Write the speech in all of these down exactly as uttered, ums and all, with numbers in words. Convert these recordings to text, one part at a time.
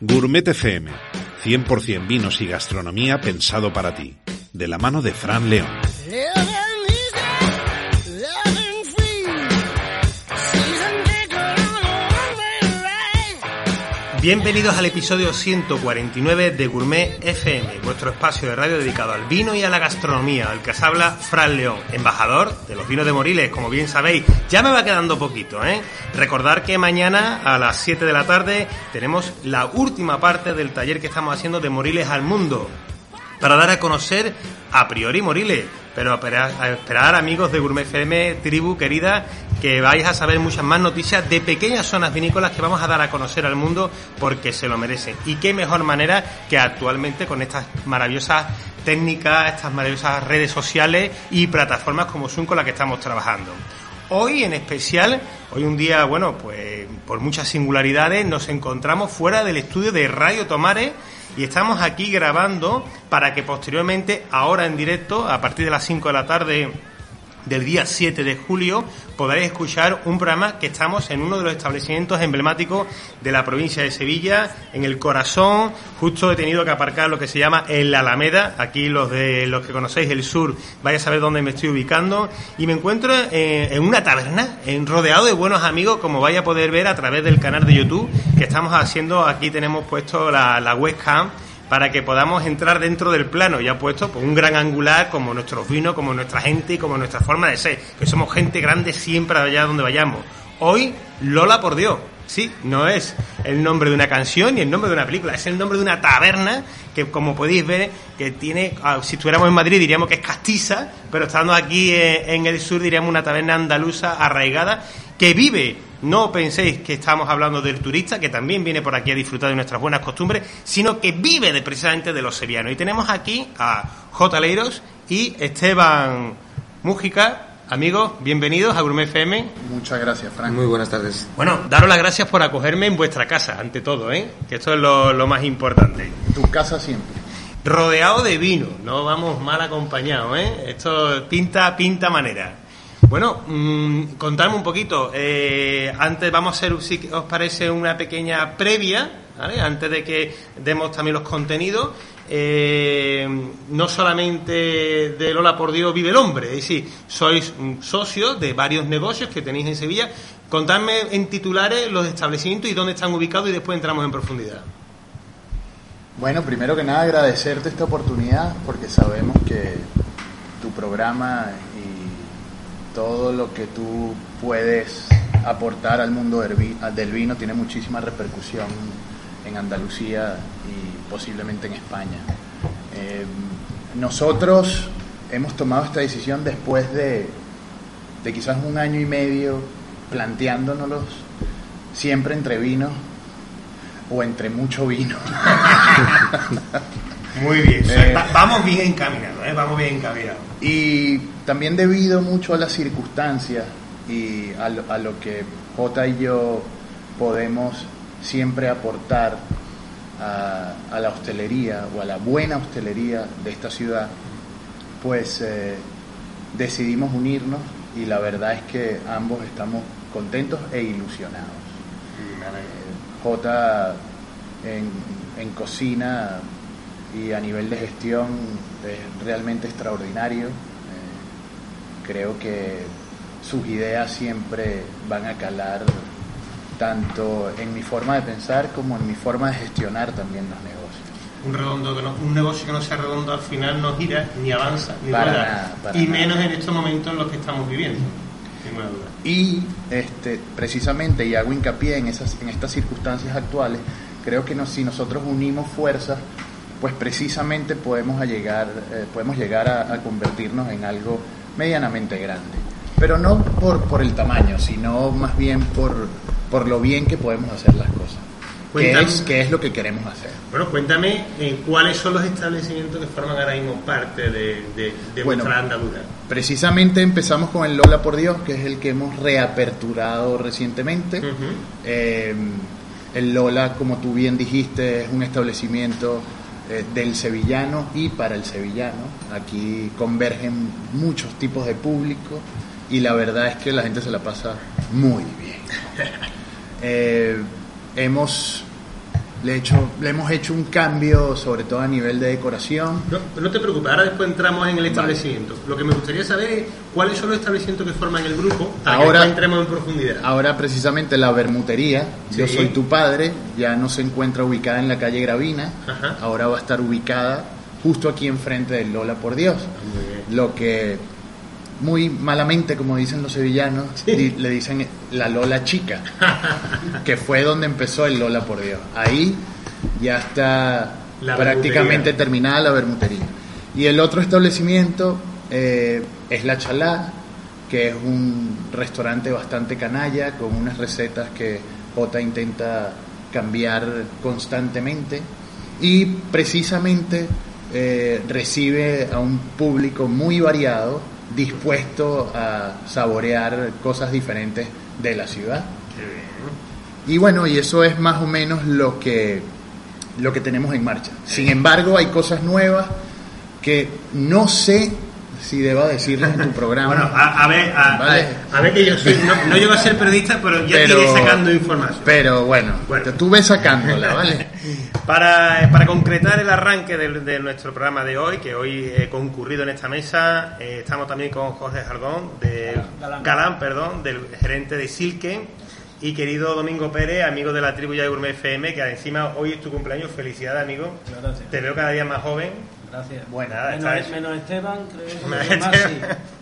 Gourmet F M, cien por ciento vinos y gastronomía pensado para ti, de la mano de Fran León. Bienvenidos al episodio ciento cuarenta y nueve de Gourmet F M, vuestro espacio de radio dedicado al vino y a la gastronomía, al que os habla Fran León, embajador de los vinos de Moriles, como bien sabéis. Ya me va quedando poquito, ¿eh? Recordar que mañana a las siete de la tarde tenemos la última parte del taller que estamos haciendo de Moriles al mundo, para dar a conocer a priori Moriles, pero a esperar, a esperar amigos de Gourmet F M, tribu querida, que vais a saber muchas más noticias de pequeñas zonas vinícolas que vamos a dar a conocer al mundo porque se lo merecen. Y qué mejor manera que actualmente con estas maravillosas técnicas, estas maravillosas redes sociales y plataformas como Zoom con las que estamos trabajando. Hoy en especial, hoy un día, bueno, pues por muchas singularidades, nos encontramos fuera del estudio de Radio Tomares y estamos aquí grabando para que posteriormente, ahora en directo, a partir de las cinco de la tarde del día siete de julio, podréis escuchar un programa que estamos en uno de los establecimientos emblemáticos de la provincia de Sevilla, en el corazón. Justo he tenido que aparcar lo que se llama el Alameda. Aquí los de los que conocéis el sur vais a saber dónde me estoy ubicando, y me encuentro en, en una taberna, en rodeado de buenos amigos, como vais a poder ver a través del canal de YouTube que estamos haciendo. Aquí tenemos puesto la, la webcam para que podamos entrar dentro del plano, ya puesto pues, un gran angular como nuestros vinos, como nuestra gente y como nuestra forma de ser, que somos gente grande siempre allá donde vayamos. Hoy, Lola por Dios, sí, no es el nombre de una canción ni el nombre de una película, es el nombre de una taberna que, como podéis ver, que tiene, si estuviéramos en Madrid diríamos que es castiza, pero estando aquí en el sur diríamos una taberna andaluza arraigada que vive. No penséis que estamos hablando del turista, que también viene por aquí a disfrutar de nuestras buenas costumbres, sino que vive de, precisamente de los sevillanos. Y tenemos aquí a J. Leiros y Esteban Mújica. Amigos, bienvenidos a Gourmet F M. Muchas gracias, Frank. Muy buenas tardes. Bueno, daros las gracias por acogerme en vuestra casa, ante todo, ¿eh? Que esto es lo, lo más importante. Tu casa siempre. Rodeado de vino, no vamos mal acompañados, ¿eh? Esto pinta, pinta manera. Bueno, mmm, contadme un poquito. Eh, antes vamos a hacer, si os parece, una pequeña previa, ¿vale? Antes de que demos también los contenidos. Eh, no solamente de Lola por Dios vive el hombre, es decir, sois socios de varios negocios que tenéis en Sevilla. Contadme en titulares los establecimientos y dónde están ubicados y después entramos en profundidad. Bueno, primero que nada agradecerte esta oportunidad porque sabemos que tu programa y todo lo que tú puedes aportar al mundo del vino tiene muchísima repercusión en Andalucía y posiblemente en España. Eh, nosotros hemos tomado esta decisión después de, de quizás un año y medio planteándonos siempre entre vinos o entre mucho vino. Muy bien, eh, vamos bien encaminados, ¿eh? vamos bien encaminados. Y también debido mucho a las circunstancias y a lo, a lo que Jota y yo podemos siempre aportar a, a la hostelería o a la buena hostelería de esta ciudad, pues eh, decidimos unirnos y la verdad es que ambos estamos contentos e ilusionados. Eh, Jota en, en cocina y a nivel de gestión es realmente extraordinario. Eh, creo que sus ideas siempre van a calar tanto en mi forma de pensar como en mi forma de gestionar también los negocios. Un redondo que no, un negocio que no sea redondo al final no gira, ni avanza, ni para rueda, nada, para y nada. menos en estos momentos en los que estamos viviendo, sin ninguna duda. Y este, precisamente, y hago hincapié en, esas, en estas circunstancias actuales, creo que no, si nosotros unimos fuerzas, pues precisamente podemos llegar, eh, podemos llegar a, a convertirnos en algo medianamente grande. Pero no por, por el tamaño, sino más bien por, por lo bien que podemos hacer las cosas. ¿Qué es, ¿Qué es lo que queremos hacer? Bueno, cuéntame eh, cuáles son los establecimientos que forman ahora mismo parte de, de, de bueno, vuestra andadura. Precisamente empezamos con el Lola por Dios, que es el que hemos reaperturado recientemente. Uh-huh. Eh, el Lola, como tú bien dijiste, es un establecimiento eh, del sevillano y para el sevillano. Aquí convergen muchos tipos de público y la verdad es que la gente se la pasa muy bien. Eh, hemos Le, he hecho, le hemos hecho un cambio, sobre todo a nivel de decoración. No, no te preocupes, ahora después entramos en el establecimiento. Vale. Lo que me gustaría saber es cuáles son los establecimientos que forman el grupo, para ahora, que entremos en profundidad. Ahora precisamente la Bermutería, sí. Yo soy tu padre, ya no se encuentra ubicada en la calle Gravina. Ajá. Ahora va a estar ubicada justo aquí enfrente del Lola por Dios. Muy bien. Lo que muy malamente, como dicen los sevillanos, sí. di, le dicen la Lola Chica, que fue donde empezó el Lola por Dios. Ahí ya está la prácticamente terminada la bermutería. Y el otro establecimiento eh, es La Chalá, que es un restaurante bastante canalla, con unas recetas que Jota intenta cambiar constantemente, y precisamente eh, recibe a un público muy variado, dispuesto a saborear cosas diferentes de la ciudad. Qué bien. Y bueno, y eso es más o menos lo que lo que tenemos en marcha. Sin embargo, hay cosas nuevas que no sé si deba decirles en tu programa. Bueno, a, a ver, a, ¿vale? a, a ver que yo soy, no, no llego a ser periodista, pero ya pero, iré sacando información. Pero bueno, bueno. tú ves sacándola, ¿vale? Para, para concretar el arranque de, de nuestro programa de hoy, que hoy he concurrido en esta mesa, eh, estamos también con Jorge Jardón, de Galán, Galán perdón, del gerente de Silken, y querido Domingo Pérez, amigo de la tribu Ya de Gourmet F M, que encima hoy es tu cumpleaños. Felicidades, amigo. Gracias. Te veo cada día más joven. Gracias. Bueno, nada, menos, menos Esteban, creo que más, sí.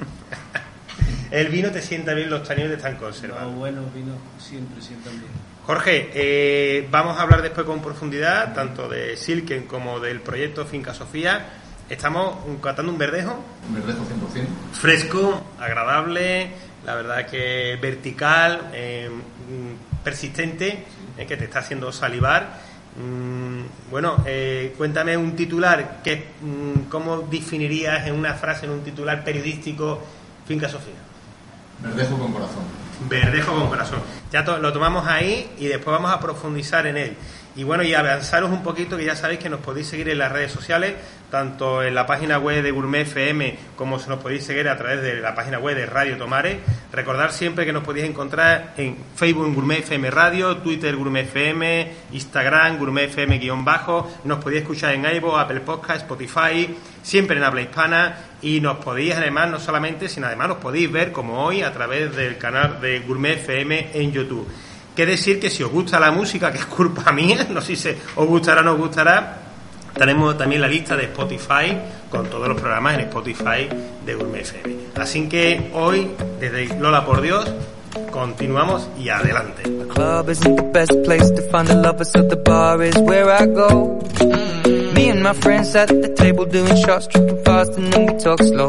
El vino te sienta bien, los taninos están conservados. Los buenos vinos siempre sientan bien. Jorge, eh, vamos a hablar después con profundidad, tanto de Silken como del proyecto Finca Sofía. Estamos catando un verdejo. Un verdejo cien por ciento. Fresco, agradable, la verdad que vertical, eh, persistente, eh, que te está haciendo salivar. Mm, bueno, eh, cuéntame un titular, que, mm, ¿cómo definirías en una frase, en un titular periodístico, Finca Sofía? Verdejo con corazón. Verdejo con corazón. Ya to- lo tomamos ahí y después vamos a profundizar en él. Y bueno, y avanzaros un poquito, que ya sabéis que nos podéis seguir en las redes sociales, tanto en la página web de Gourmet F M como se nos podéis seguir a través de la página web de Radio Tomares. Recordad siempre que nos podéis encontrar en Facebook en Gourmet F M Radio, Twitter Gourmet F M, Instagram Gourmet F M guión bajo, nos podéis escuchar en iVoox, Apple Podcast, Spotify, siempre en habla hispana, y nos podéis además, no solamente, sino además nos podéis ver como hoy a través del canal de Gourmet F M en YouTube. Qué decir que si os gusta la música, que es culpa mía, no sé si os gustará o no os gustará, tenemos también la lista de Spotify con todos los programas en Spotify de Gourmet F M. Así que hoy, desde Lola por Dios, continuamos y adelante. The club isn't the best place to find the lovers, so the bar is where I go. Me and my friends at the table doing shots, tripping fast and then we talk slow.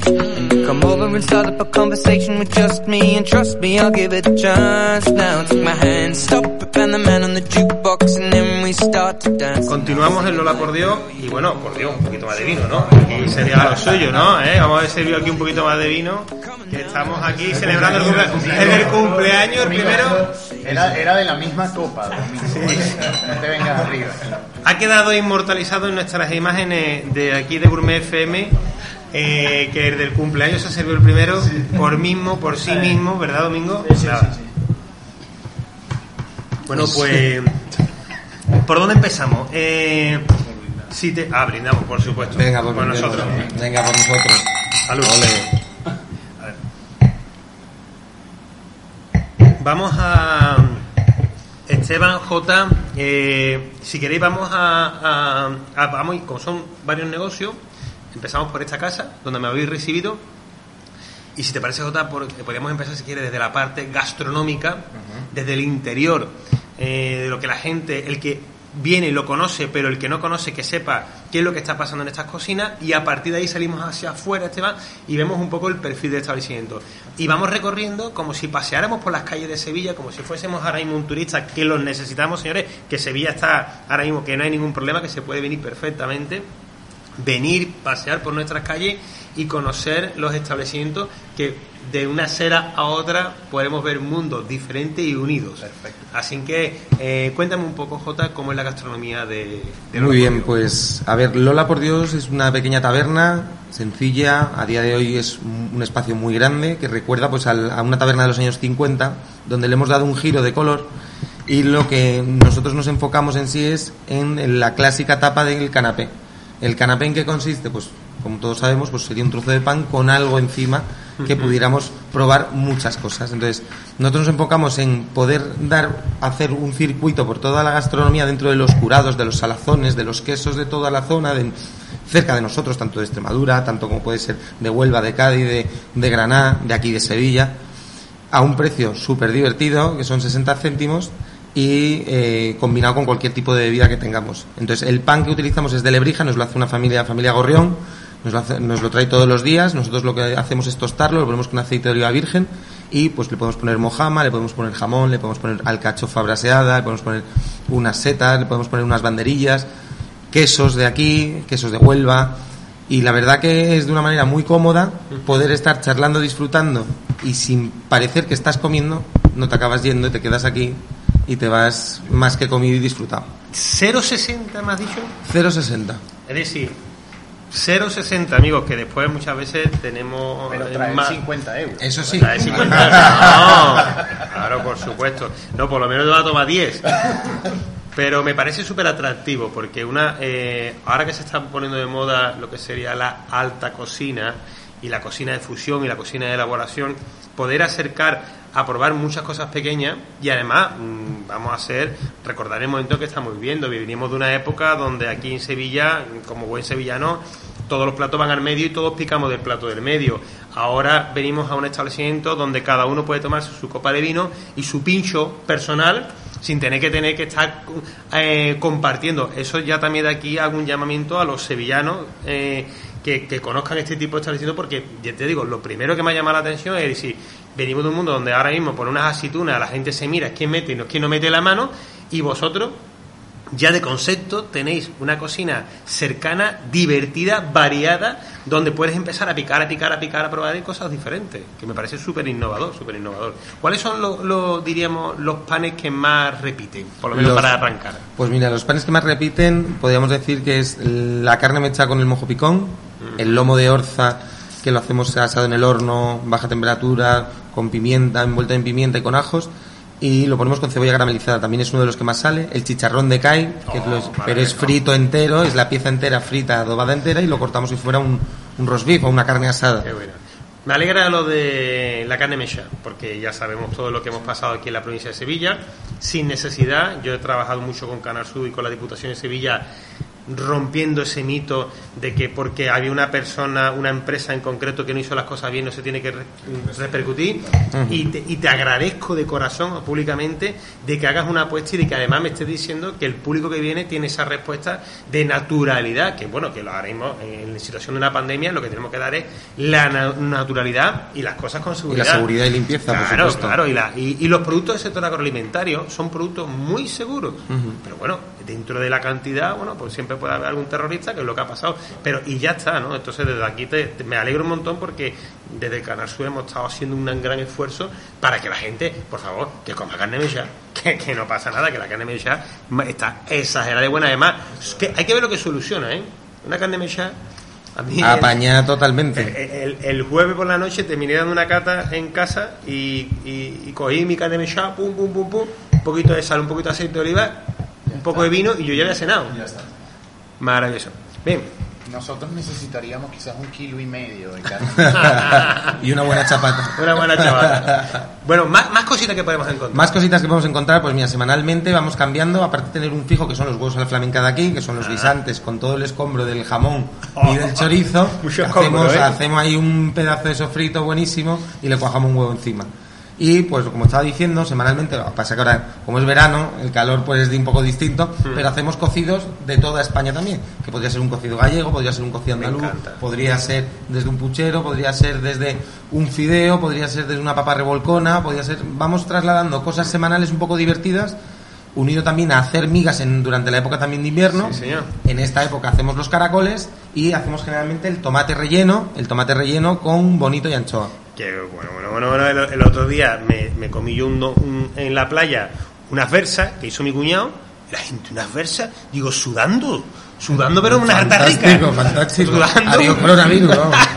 Come over and start up a conversation with just me, and trust me, I'll give it a chance. Now take my hand, stop it, and the man on the jukebox, and then we start to dance. Continuamos en Lola por Dios, y bueno, por Dios, un poquito más de vino, ¿no? Aquí sería lo suyo, ¿no? ¿Eh? Vamos a haber servido aquí un poquito más de vino, que estamos aquí celebrando el, cumple- el, el cumpleaños, el primero. Era, era de la misma copa, Domingo. Sí. No te vengas arriba. Ha quedado inmortalizado en nuestras imágenes de aquí de Gourmet F M. Eh, que el del cumpleaños se sirvió el primero, sí. por mismo, por sí mismo, ¿verdad, Domingo? Sí, sí, sí, sí. Bueno, pues, ¿por dónde empezamos? Eh, si te... Ah, brindamos, por supuesto. Venga, por, por nosotros. Venga, por nosotros. Salud. A ver. Vamos a... Esteban, J, eh, si queréis vamos a, a, a... Vamos, como son varios negocios, empezamos por esta casa, donde me habéis recibido. Y si te parece, Jota, por, podríamos empezar, si quieres, desde la parte gastronómica, uh-huh. desde el interior, eh, de lo que la gente, el que viene lo conoce, pero el que no conoce, que sepa qué es lo que está pasando en estas cocinas, y a partir de ahí salimos hacia afuera, Esteban, y vemos un poco el perfil del establecimiento. Y vamos recorriendo como si paseáramos por las calles de Sevilla, como si fuésemos ahora mismo un turista, que los necesitamos, señores, que Sevilla está ahora mismo, que no hay ningún problema, que se puede venir perfectamente, venir, pasear por nuestras calles y conocer los establecimientos, que de una acera a otra podremos ver mundos diferentes y unidos. Perfecto. Así que eh, cuéntame un poco, Jota, cómo es la gastronomía de, de Muy bien, pues a ver, Lola por Dios es una pequeña taberna sencilla. A día de hoy es un espacio muy grande que recuerda pues al, a una taberna de los años cincuenta, donde le hemos dado un giro de color Y lo que nosotros nos enfocamos en sí es en la clásica tapa del canapé. ¿El canapé en qué consiste? Pues como todos sabemos, pues sería un trozo de pan con algo encima que pudiéramos probar muchas cosas. Entonces, nosotros nos enfocamos en poder dar, hacer un circuito por toda la gastronomía dentro de los curados, de los salazones, de los quesos de toda la zona, de, cerca de nosotros, tanto de Extremadura, tanto como puede ser de Huelva, de Cádiz, de, de Granada, de aquí de Sevilla, a un precio súper divertido, que son sesenta céntimos, y eh, combinado con cualquier tipo de bebida que tengamos. Entonces, el pan que utilizamos es de Lebrija, nos lo hace una familia, familia Gorrión, nos lo, hace, nos lo trae todos los días. Nosotros lo que hacemos es tostarlo, lo ponemos con aceite de oliva virgen y pues le podemos poner mojama, le podemos poner jamón, le podemos poner alcachofa braseada, le podemos poner unas setas, le podemos poner unas banderillas, quesos de aquí, quesos de Huelva, y la verdad que es de una manera muy cómoda poder estar charlando, disfrutando y sin parecer que estás comiendo, no te acabas yendo y te quedas aquí y te vas más que comido y disfrutado. ¿cero sesenta me has dicho? cero sesenta. Es decir, cero sesenta, amigos, que después muchas veces tenemos... Pero trae más... cincuenta euros. Eso sí. Trae cincuenta euros. No, claro, por supuesto. No, por lo menos te va a tomar diez. Pero me parece súper atractivo porque una eh, ahora que se está poniendo de moda lo que sería la alta cocina y la cocina de fusión y la cocina de elaboración, poder acercar a probar muchas cosas pequeñas y además mmm, vamos a hacer, recordar el momento que estamos viviendo. Venimos de una época donde aquí en Sevilla, como buen sevillano, todos los platos van al medio y todos picamos del plato del medio. Ahora venimos a un establecimiento donde cada uno puede tomarse su copa de vino y su pincho personal sin tener que tener que estar eh, compartiendo. Eso ya también de aquí hago un llamamiento a los sevillanos eh, que, que conozcan este tipo de establecimientos, porque ya te digo, lo primero que me ha llamado la atención es decir, venimos de un mundo donde ahora mismo por unas aceitunas la gente se mira, es quién mete y no es quién no mete la mano, y vosotros ya de concepto tenéis una cocina cercana, divertida, variada, donde puedes empezar a picar, a picar, a picar, a probar cosas diferentes, que me parece súper innovador, súper innovador. ¿Cuáles son los, los, diríamos, los panes que más repiten, por lo menos los, para arrancar? Pues mira, los panes que más repiten, podríamos decir que es la carne mechada con el mojo picón, mm. el lomo de orza, que lo hacemos asado en el horno, baja temperatura, con pimienta, envuelto en pimienta y con ajos, y lo ponemos con cebolla caramelizada, también es uno de los que más sale. El chicharrón de Cay, que oh, es lo, pero es frito entero, es la pieza entera frita, adobada entera, y lo cortamos si fuera un, un roast beef o una carne asada. Qué bueno. Me alegra lo de la carne mecha, porque ya sabemos todo lo que hemos pasado aquí en la provincia de Sevilla, sin necesidad. Yo he trabajado mucho con Canal Sur y con la Diputación de Sevilla, rompiendo ese mito de que porque había una persona, una empresa en concreto que no hizo las cosas bien, no se tiene que re- repercutir. Uh-huh. y, te, y te agradezco de corazón públicamente de que hagas una apuesta y de que además me estés diciendo que el público que viene tiene esa respuesta de naturalidad, que bueno, que lo haremos en la situación de una pandemia, lo que tenemos que dar es la na- naturalidad y las cosas con seguridad. Y la seguridad y limpieza, claro, por supuesto. Claro, y, la, y, y los productos del sector agroalimentario son productos muy seguros, uh-huh. pero bueno, dentro de la cantidad, bueno, pues siempre puede haber algún terrorista, que es lo que ha pasado, pero y ya está, ¿no? Entonces desde aquí te, te, me alegro un montón porque desde el Canal Sur hemos estado haciendo un gran esfuerzo para que la gente, por favor, que coma carne mechada, que, que no pasa nada, que la carne mechada está exagerada de buena. Además, que hay que ver lo que soluciona, ¿eh? Una carne mechada a mí apañada totalmente. El, el, el jueves por la noche terminé dando una cata en casa y, y, y cogí mi carne mechada, pum, pum, pum, pum, un poquito de sal, un poquito de aceite de oliva, ya un poco está. De vino y yo ya había cenado. Ya está. Maravilloso. Bien. Nosotros necesitaríamos quizás un kilo y medio de carne. Y una buena chapata. Una buena chapata. Bueno, más, más cositas que podemos encontrar. Más cositas que podemos encontrar, pues mira, semanalmente vamos cambiando, aparte de tener un fijo que son los huevos a la flamenca de aquí, que son los guisantes con todo el escombro del jamón y del chorizo. Mucho hacemos, escombro, ¿eh? hacemos ahí un pedazo de sofrito buenísimo y le cuajamos un huevo encima. Y pues como estaba diciendo, semanalmente, pasa que ahora como es verano, el calor pues es de un poco distinto, mm. pero hacemos cocidos de toda España también, que podría ser un cocido gallego, podría ser un cocido andaluz, podría ser desde un puchero, podría ser desde un fideo, podría ser desde una papa revolcona, podría ser, vamos trasladando cosas semanales un poco divertidas, unido también a hacer migas en, durante la época también de invierno. Sí, señor. En esta época hacemos los caracoles y hacemos generalmente el tomate relleno, el tomate relleno con bonito y anchoa. Que bueno, bueno, bueno, bueno el, el otro día me, me comí yo un, un, en la playa unas versas que hizo mi cuñado, la gente unas versas, digo, sudando, sudando pero unas hartas ricas. Fantástico, fantástico. Adiós coronavirus, vamos.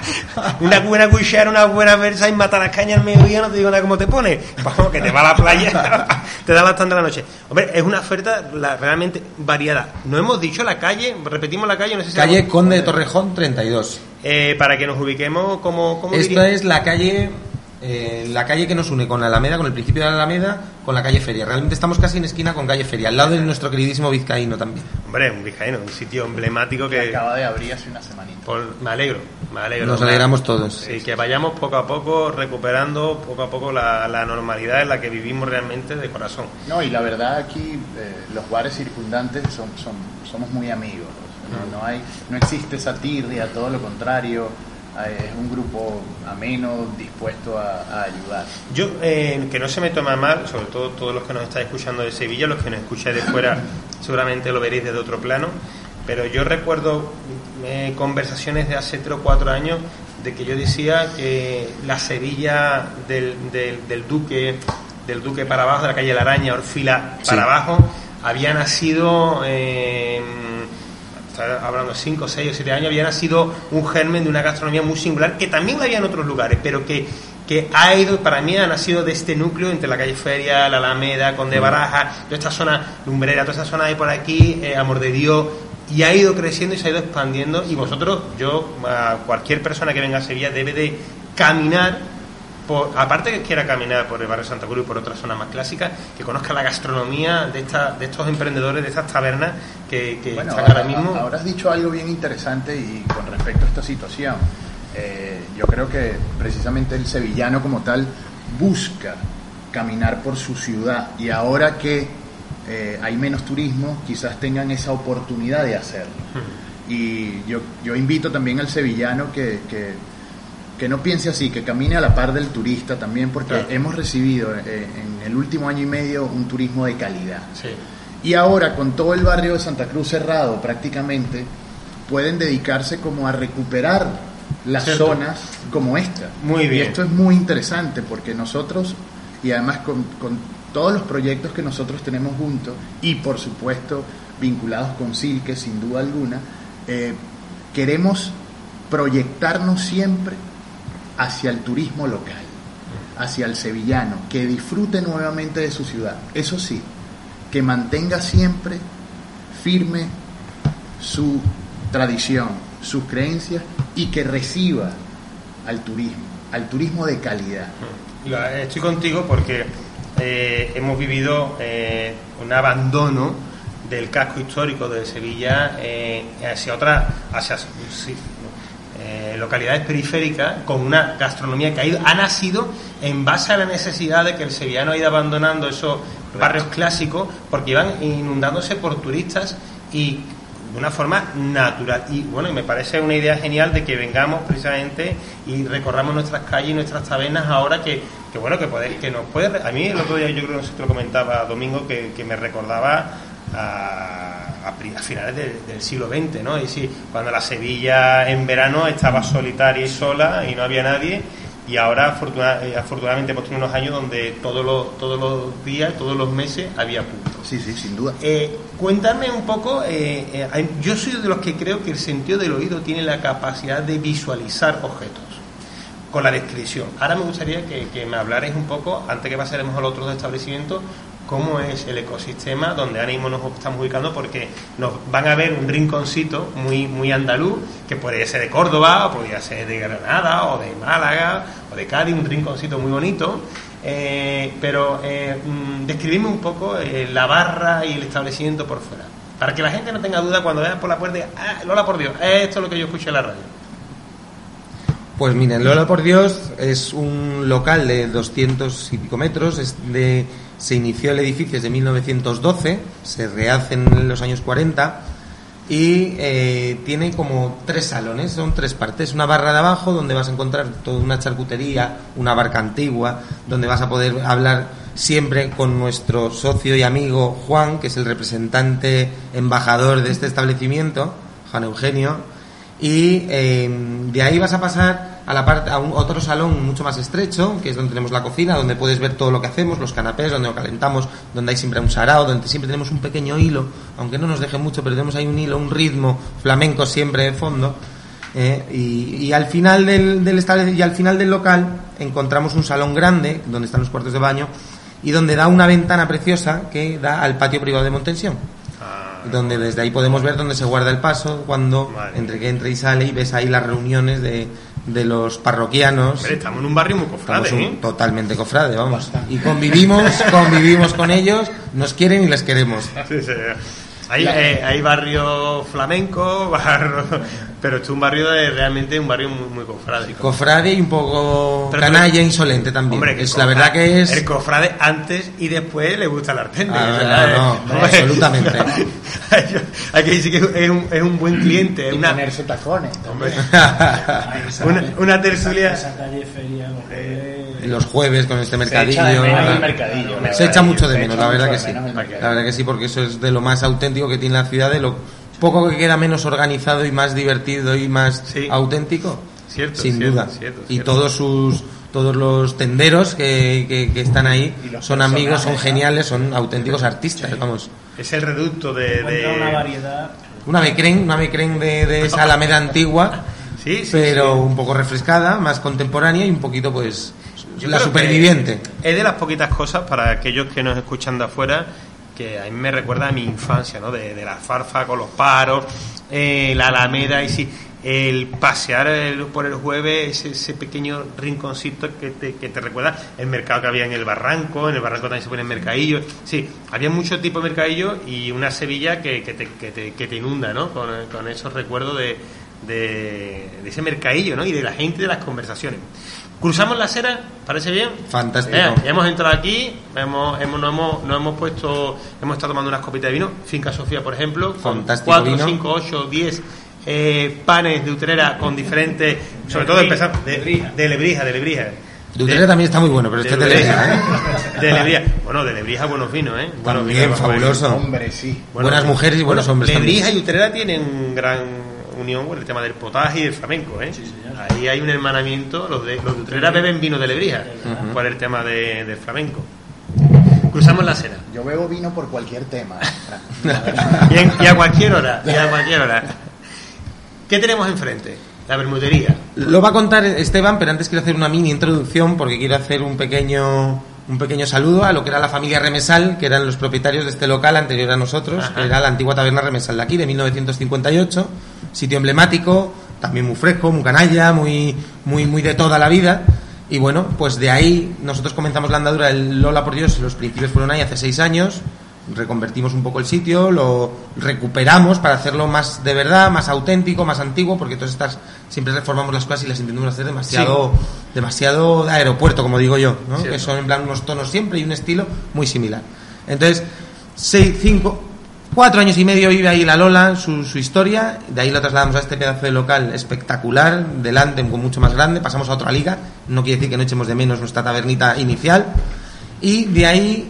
una buena cuchara, una buena versa y matar las cañas al mediodía, no te digo nada cómo te pone. Vamos, que te va a la playa, te da bastante la noche. Hombre, es una oferta la, realmente variada. No hemos dicho la calle, repetimos la calle, no sé si... Calle Conde de Torrejón treinta y dos. Eh, para que nos ubiquemos, como... como Esta diría? es la calle... Eh, la calle que nos une con la Alameda, con el principio de la Alameda, con la calle Feria. Realmente estamos casi en esquina con calle Feria, al lado de nuestro queridísimo Vizcaíno también. Hombre, un vizcaíno, un sitio emblemático que... que acaba de abrir hace una semanita. Por, me alegro, me alegro. Nos alegramos todos. Sí, que vayamos poco a poco recuperando poco a poco la, la normalidad en la que vivimos realmente de corazón. No, y la verdad aquí eh, los bares circundantes son, son, somos muy amigos. No, no, hay, no existe esa tirria, todo lo contrario. Es un grupo ameno, dispuesto a, a ayudar. Yo, eh, que no se me toma mal, sobre todo todos los que nos estáis escuchando de Sevilla, los que nos escucháis de fuera seguramente lo veréis desde otro plano, pero yo recuerdo eh, conversaciones de hace tres o cuatro años de que yo decía que la Sevilla del, del, del Duque, del Duque para abajo, de la calle La Araña, Orfila para sí. abajo, había nacido... Eh, hablando de cinco, seis o siete años, había nacido un germen de una gastronomía muy singular que también la había en otros lugares, pero que, que ha ido, para mí ha nacido de este núcleo entre la calle Feria, la Alameda, Conde Baraja, toda esta zona lumbrera, toda esta zona de por aquí, eh, Amor de Dios, y ha ido creciendo y se ha ido expandiendo. Y vosotros, yo, a cualquier persona que venga a Sevilla debe de caminar por, aparte que quiera caminar por el barrio Santa Cruz y por otras zonas más clásicas, que conozca la gastronomía de esta, de estos emprendedores, de estas tabernas que, que bueno, están ahora, ahora mismo. Ahora has dicho algo bien interesante y con respecto a esta situación, eh, yo creo que precisamente el sevillano como tal busca caminar por su ciudad, y ahora que eh, hay menos turismo, quizás tengan esa oportunidad de hacerlo. Hmm. Y yo, yo invito también al sevillano que, que que no piense así, que camine a la par del turista también, porque claro, hemos recibido eh, en el último año y medio un turismo de calidad. Sí. Y ahora, con todo el barrio de Santa Cruz cerrado prácticamente, pueden dedicarse como a recuperar las ¿cierto? Zonas como esta. Muy bien. Y esto es muy interesante porque nosotros, y además con, con todos los proyectos que nosotros tenemos juntos, y por supuesto vinculados con Silke, sin duda alguna, eh, queremos proyectarnos siempre hacia el turismo local, hacia el sevillano, que disfrute nuevamente de su ciudad. Eso sí, que mantenga siempre firme su tradición, sus creencias, y que reciba al turismo, al turismo de calidad. Estoy contigo porque eh, hemos vivido eh, un abandono del casco histórico de Sevilla eh, hacia otras, hacia sí, Eh, localidades periféricas con una gastronomía que ha, ido, ha nacido en base a la necesidad de que el sevillano ha ido abandonando esos barrios clásicos porque iban inundándose por turistas y de una forma natural. Y bueno, y me parece una idea genial de que vengamos precisamente y recorramos nuestras calles y nuestras tabernas ahora que, que bueno, que, poder, que nos puede... A mí el otro día yo creo que te lo comentaba Domingo que, que me recordaba a... a finales de, del siglo veinte, ¿no? Y sí, cuando la Sevilla en verano estaba solitaria y sola y no había nadie, y ahora afortuna, afortunadamente hemos tenido unos años donde todos los, todos los días, todos los meses había puntos. Sí, sí, sin duda. Eh, cuéntame un poco, eh, eh, yo soy de los que creo que el sentido del oído tiene la capacidad de visualizar objetos con la descripción. Ahora me gustaría que, que me hablarais un poco, antes que pasaremos a los otros establecimientos, cómo es el ecosistema donde ahora mismo nos estamos ubicando, porque nos van a ver un rinconcito muy muy andaluz, que podría ser de Córdoba, o podría ser de Granada, o de Málaga, o de Cádiz, un rinconcito muy bonito, eh, pero eh, describidme un poco eh, la barra y el establecimiento por fuera, para que la gente no tenga duda cuando vean por la puerta, ah, Lola por Dios, esto es lo que yo escuché en la radio. Pues miren, Lola por Dios es un local de doscientos y pico metros, es de... Se inició el edificio desde mil novecientos doce, se rehace en los años cuarenta y eh, tiene como tres salones, son tres partes. Una barra de abajo donde vas a encontrar toda una charcutería, una barca antigua, donde vas a poder hablar siempre con nuestro socio y amigo Juan, que es el representante embajador de este establecimiento, Juan Eugenio, y eh, de ahí vas a pasar a la parte a un otro salón mucho más estrecho, que es donde tenemos la cocina, donde puedes ver todo lo que hacemos, los canapés, donde lo calentamos, donde hay siempre un sarao, donde siempre tenemos un pequeño hilo, aunque no nos deje mucho, pero tenemos ahí un hilo, un ritmo flamenco siempre de fondo. Eh, y, y al final del, del establec- y al final del local encontramos un salón grande donde están los cuartos de baño y donde da una ventana preciosa que da al patio privado de Montensión, Ah, donde desde ahí podemos ver dónde se guarda el paso cuando Madre entre que entra y sale, y ves ahí las reuniones de, de los parroquianos. hombre, estamos en un barrio muy cofrade, Estamos un- ¿eh? totalmente cofrade, vamos, y convivimos convivimos con ellos, nos quieren y les queremos. Sí, sí. Hay, eh, hay barrio flamenco, barrio, pero esto es un barrio de, realmente un barrio muy, muy cofrade. Cofrade y un poco Pero canalla, tú- insolente también. Hombre, que es el la cofrade- verdad que es... El cofrade antes y después le gusta el artende. Ah, o no, sea, no, eh, no, hombre, absolutamente. hay, hay que decir que es un, es un buen cliente. Es Y una, ponerse tacones. hombre, Ahí esa una, calle- una tertulia. Esa calle feria, los jueves. Los jueves con este Se mercadillo. echa de menos ¿verdad? el mercadillo. la Se verdad. echa mucho de Se menos, echa la verdad mucho que de sí. menos el mercadillo. La verdad que sí, porque eso es de lo más auténtico que tiene la ciudad, de lo poco que queda menos organizado y más divertido y más Sí. auténtico. Cierto, sin cierto, duda. cierto, y cierto. todos sus todos los tenderos que, que, que están ahí Y los son amigos, son personajes, geniales, son auténticos artistas, vamos. Es el reducto de. Encuentra una de variedad. Una becren, una becren de, de esa Alameda antigua, sí, sí, pero sí. un poco refrescada, más contemporánea y un poquito pues Yo la creo superviviente. que Es de las poquitas cosas para aquellos que nos escuchan de afuera que a mí me recuerda a mi infancia, ¿no? De, de la farfa con los paros, eh, la Alameda y sí, el pasear el- por el jueves, ese, ese pequeño rinconcito que te, que te recuerda el mercado que había en el Barranco, en el Barranco también se pone mercadillo, sí, había muchos tipos de mercadillo y una Sevilla que, que, te, que, te, que te inunda, ¿no? Con, con esos recuerdos de, de, de ese mercadillo, ¿no? Y de la gente y de las conversaciones. Cruzamos la acera, ¿parece bien? Fantástico. Eh, ya hemos entrado aquí, hemos, hemos, nos, hemos, nos hemos puesto, hemos estado tomando unas copitas de vino, Finca Sofía, por ejemplo, con Fantástico cuatro, vino. cinco, ocho, diez eh, panes de Utrera con diferentes, sobre todo empezar de, de Lebrija, de Lebrija. De Utrera también está muy bueno, pero de este te Lebrija, ¿eh? de Lebrija. Bueno, de Lebrija buenos vinos, ¿eh? Buenos También, vinos, fabuloso. Hombre, sí. Bueno, Buenas mujeres y buenos hombres Lebrija también. y Utrera tienen gran unión con el tema del potaje y del flamenco, ¿eh? Ahí hay un hermanamiento. Los de, los de Utrera beben vino de Lebrija por el tema de, del flamenco. Cruzamos la acera. Yo bebo vino por cualquier tema. La verdad. Y, en- y a cualquier hora, y a cualquier hora. ¿Qué tenemos enfrente? La bermudería. Lo va a contar Esteban, pero antes quiero hacer una mini introducción porque quiero hacer un pequeño un pequeño saludo a lo que era la familia Remesal, que eran los propietarios de este local anterior a nosotros, Ajá. que era la antigua taberna Remesal de aquí, de mil novecientos cincuenta y ocho, sitio emblemático, también muy fresco, muy canalla, muy muy muy de toda la vida. Y bueno, pues de ahí nosotros comenzamos la andadura del Lola por Dios, los principios fueron ahí hace seis años, reconvertimos un poco el sitio, lo recuperamos para hacerlo más de verdad, más auténtico, más antiguo, porque todas estas siempre reformamos las cosas y las intentamos hacer demasiado demasiado de aeropuerto, como digo yo, ¿no? Cierto. Que son en plan unos tonos siempre y un estilo muy similar. Entonces, seis, cinco, cuatro años y medio vive ahí la Lola, su, su historia, de ahí la trasladamos a este pedazo de local espectacular, delante, con mucho más grande, pasamos a otra liga, no quiere decir que no echemos de menos nuestra tabernita inicial, y de ahí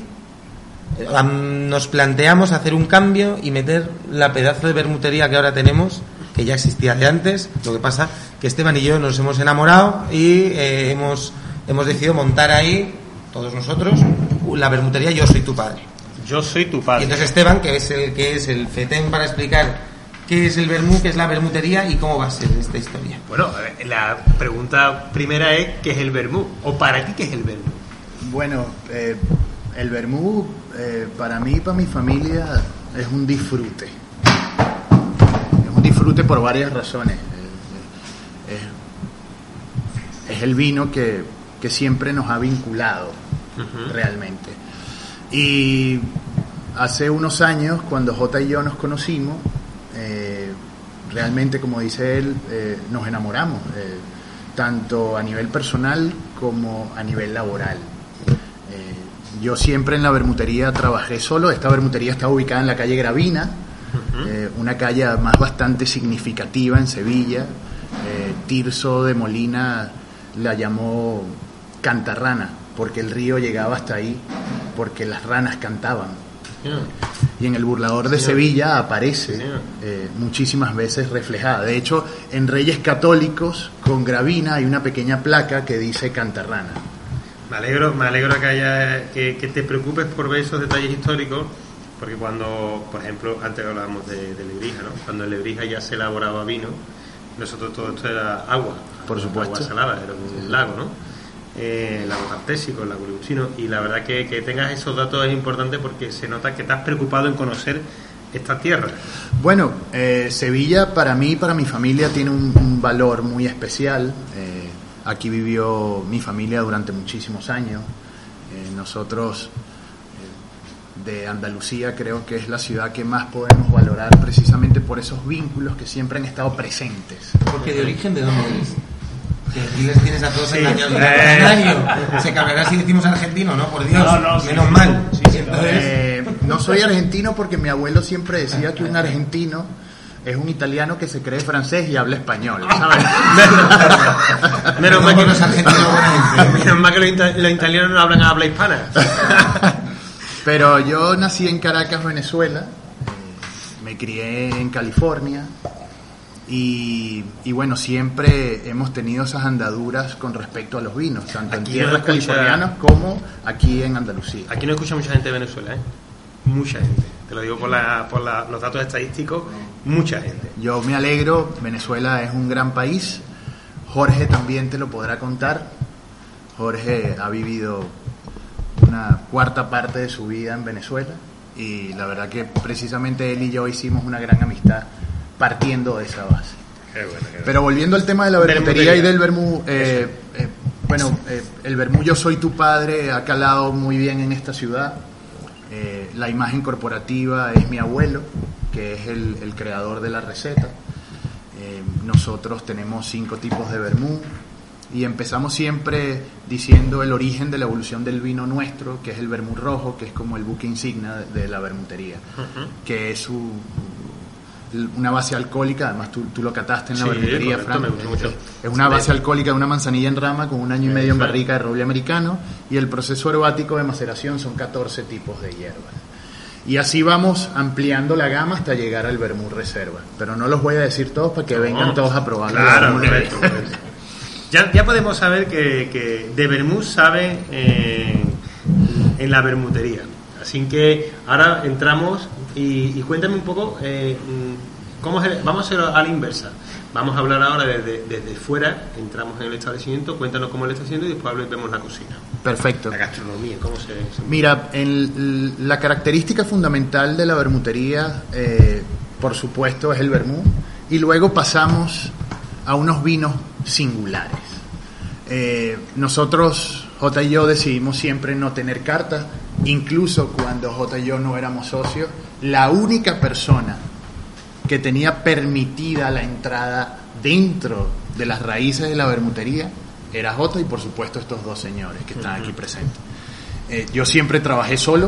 um, nos planteamos hacer un cambio y meter la pedazo de bermutería que ahora tenemos, que ya existía de antes. Lo que pasa que Esteban y yo nos hemos enamorado y eh, hemos, hemos decidido montar ahí, todos nosotros, la bermutería Yo Soy Tu Padre. Yo soy tu Y padre. entonces Esteban, que es el que es el fetén para explicar qué es el vermú, qué es la bermutería y cómo va a ser esta historia. Bueno, eh, la pregunta primera es ¿qué es el vermú? O para ti, ¿qué es el vermú? Bueno, eh, el vermú eh, para mí y para mi familia es un disfrute. Es un disfrute por varias razones. Eh, eh, es, es el vino que, que siempre nos ha vinculado Ujú. realmente. Y hace unos años, cuando Jota y yo nos conocimos, eh, realmente, como dice él, eh, nos enamoramos, eh, tanto a nivel personal como a nivel laboral. Eh, yo siempre en la bermutería trabajé solo. Esta bermutería está ubicada en la calle Gravina, Ujú. eh, una calle además bastante significativa en Sevilla. Eh, Tirso de Molina la llamó Cantarrana, porque el río llegaba hasta ahí, porque las ranas cantaban. Y en el Burlador de Sí, Sevilla aparece Sí, eh, muchísimas veces reflejada. De hecho, en Reyes Católicos, con Gravina, hay una pequeña placa que dice Cantarrana. Me alegro, me alegro que haya que, que te preocupes por ver esos detalles históricos, porque cuando, por ejemplo, antes hablábamos de, de Lebrija, ¿no? Cuando en Lebrija ya se elaboraba vino, Nosotros todo esto era agua. Por supuesto. Agua salada, era un lago, ¿no? Eh, el lago Tartésico, el lago Liuchino, y la verdad que, que tengas esos datos es importante porque se nota que estás preocupado en conocer esta tierra. Bueno, eh, Sevilla para mí y para mi familia tiene un, un valor muy especial. Eh, aquí vivió mi familia durante muchísimos años. Eh, nosotros eh, de Andalucía creo que es la ciudad que más podemos valorar precisamente por esos vínculos que siempre han estado presentes. Porque de origen, ¿de dónde eres? Que aquí les tienes a todos Sí. engañados. Eh. Se cambiará si decimos argentino, ¿no? Por Dios, No, no, sí, menos sí. mal. Sí, sí, Entonces, Eh, no soy argentino porque mi abuelo siempre decía que un argentino es un italiano que se cree francés y habla español, ¿sabes? Menos no mal que con los argentinos buena gente. menos mal que los, ita- los italianos no hablan habla hispana. Pero yo nací en Caracas, Venezuela, eh, me crié en California y, y bueno, siempre hemos tenido esas andaduras con respecto a los vinos, tanto en Aquí tierras no escucha- californianas como aquí en Andalucía. Aquí no escucha mucha gente de Venezuela, ¿eh? Mucha gente. Te lo digo por, la, por la, los datos estadísticos, mucha gente. Yo me alegro, Venezuela es un gran país, Jorge también te lo podrá contar. Jorge ha vivido una cuarta parte de su vida en Venezuela y la verdad que precisamente él y yo hicimos una gran amistad partiendo de esa base. Qué bueno, qué bueno. Pero volviendo al tema de la vermutería Vermutería. y del vermú, eh, eh, bueno, eh, el vermú Yo Soy Tu Padre ha calado muy bien en esta ciudad. Eh, la imagen corporativa es mi abuelo, que es el, el creador de la receta. Eh, nosotros tenemos cinco tipos de vermú y empezamos siempre diciendo el origen de la evolución del vino nuestro, que es el vermú rojo, que es como el buque insignia de, de la vermutería, Ujú. que es su, una base alcohólica, además tú, tú lo cataste en la Sí, vermutería, correcto, Fran. me gustó mucho. Es una base alcohólica de una manzanilla en rama con un año y medio en Claro. barrica de roble americano y el proceso aromático de maceración son catorce tipos de hierbas. Y así vamos ampliando la gama hasta llegar al vermú reserva. Pero no los voy a decir todos para que vengan No, todos a probarlo. Claro, Vermú correcto, correcto. Ya, ya podemos saber que, que de vermú sabe eh, en la vermutería. Así que ahora entramos y, y cuéntame un poco eh, cómo es el- vamos a hacerlo a la inversa. Vamos a hablar ahora desde, desde fuera, entramos en el establecimiento, cuéntanos cómo es el establecimiento y después vemos la cocina, Perfecto. la gastronomía, cómo se... se- Mira, en la característica fundamental de la vermutería, eh, por supuesto, es el vermú. Y luego pasamos a unos vinos singulares. Eh, nosotros, J y yo, decidimos siempre no tener carta. Incluso cuando J y yo no éramos socios, la única persona que tenía permitida la entrada dentro de las raíces de la vermutería era J y por supuesto estos dos señores que están aquí presentes. Eh, yo siempre trabajé solo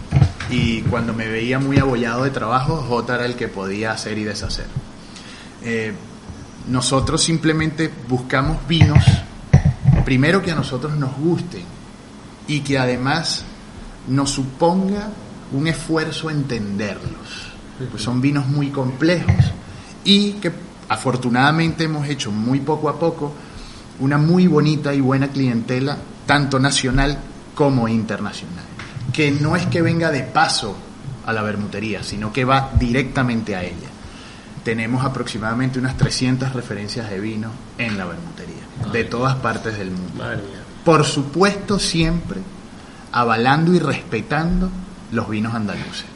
y cuando me veía muy abollado de trabajo, J era el que podía hacer y deshacer. Eh, nosotros simplemente buscamos vinos, primero que a nosotros nos gusten y que además nos suponga un esfuerzo entenderlos. Pues son vinos muy complejos y que afortunadamente hemos hecho muy poco a poco una muy bonita y buena clientela, tanto nacional como internacional, que no es que venga de paso a la vermutería, sino que va directamente a ella. Tenemos aproximadamente unas trescientas referencias de vino en la vermutería, de todas partes del mundo. Madre mía. Por supuesto, siempre avalando y respetando los vinos andaluces.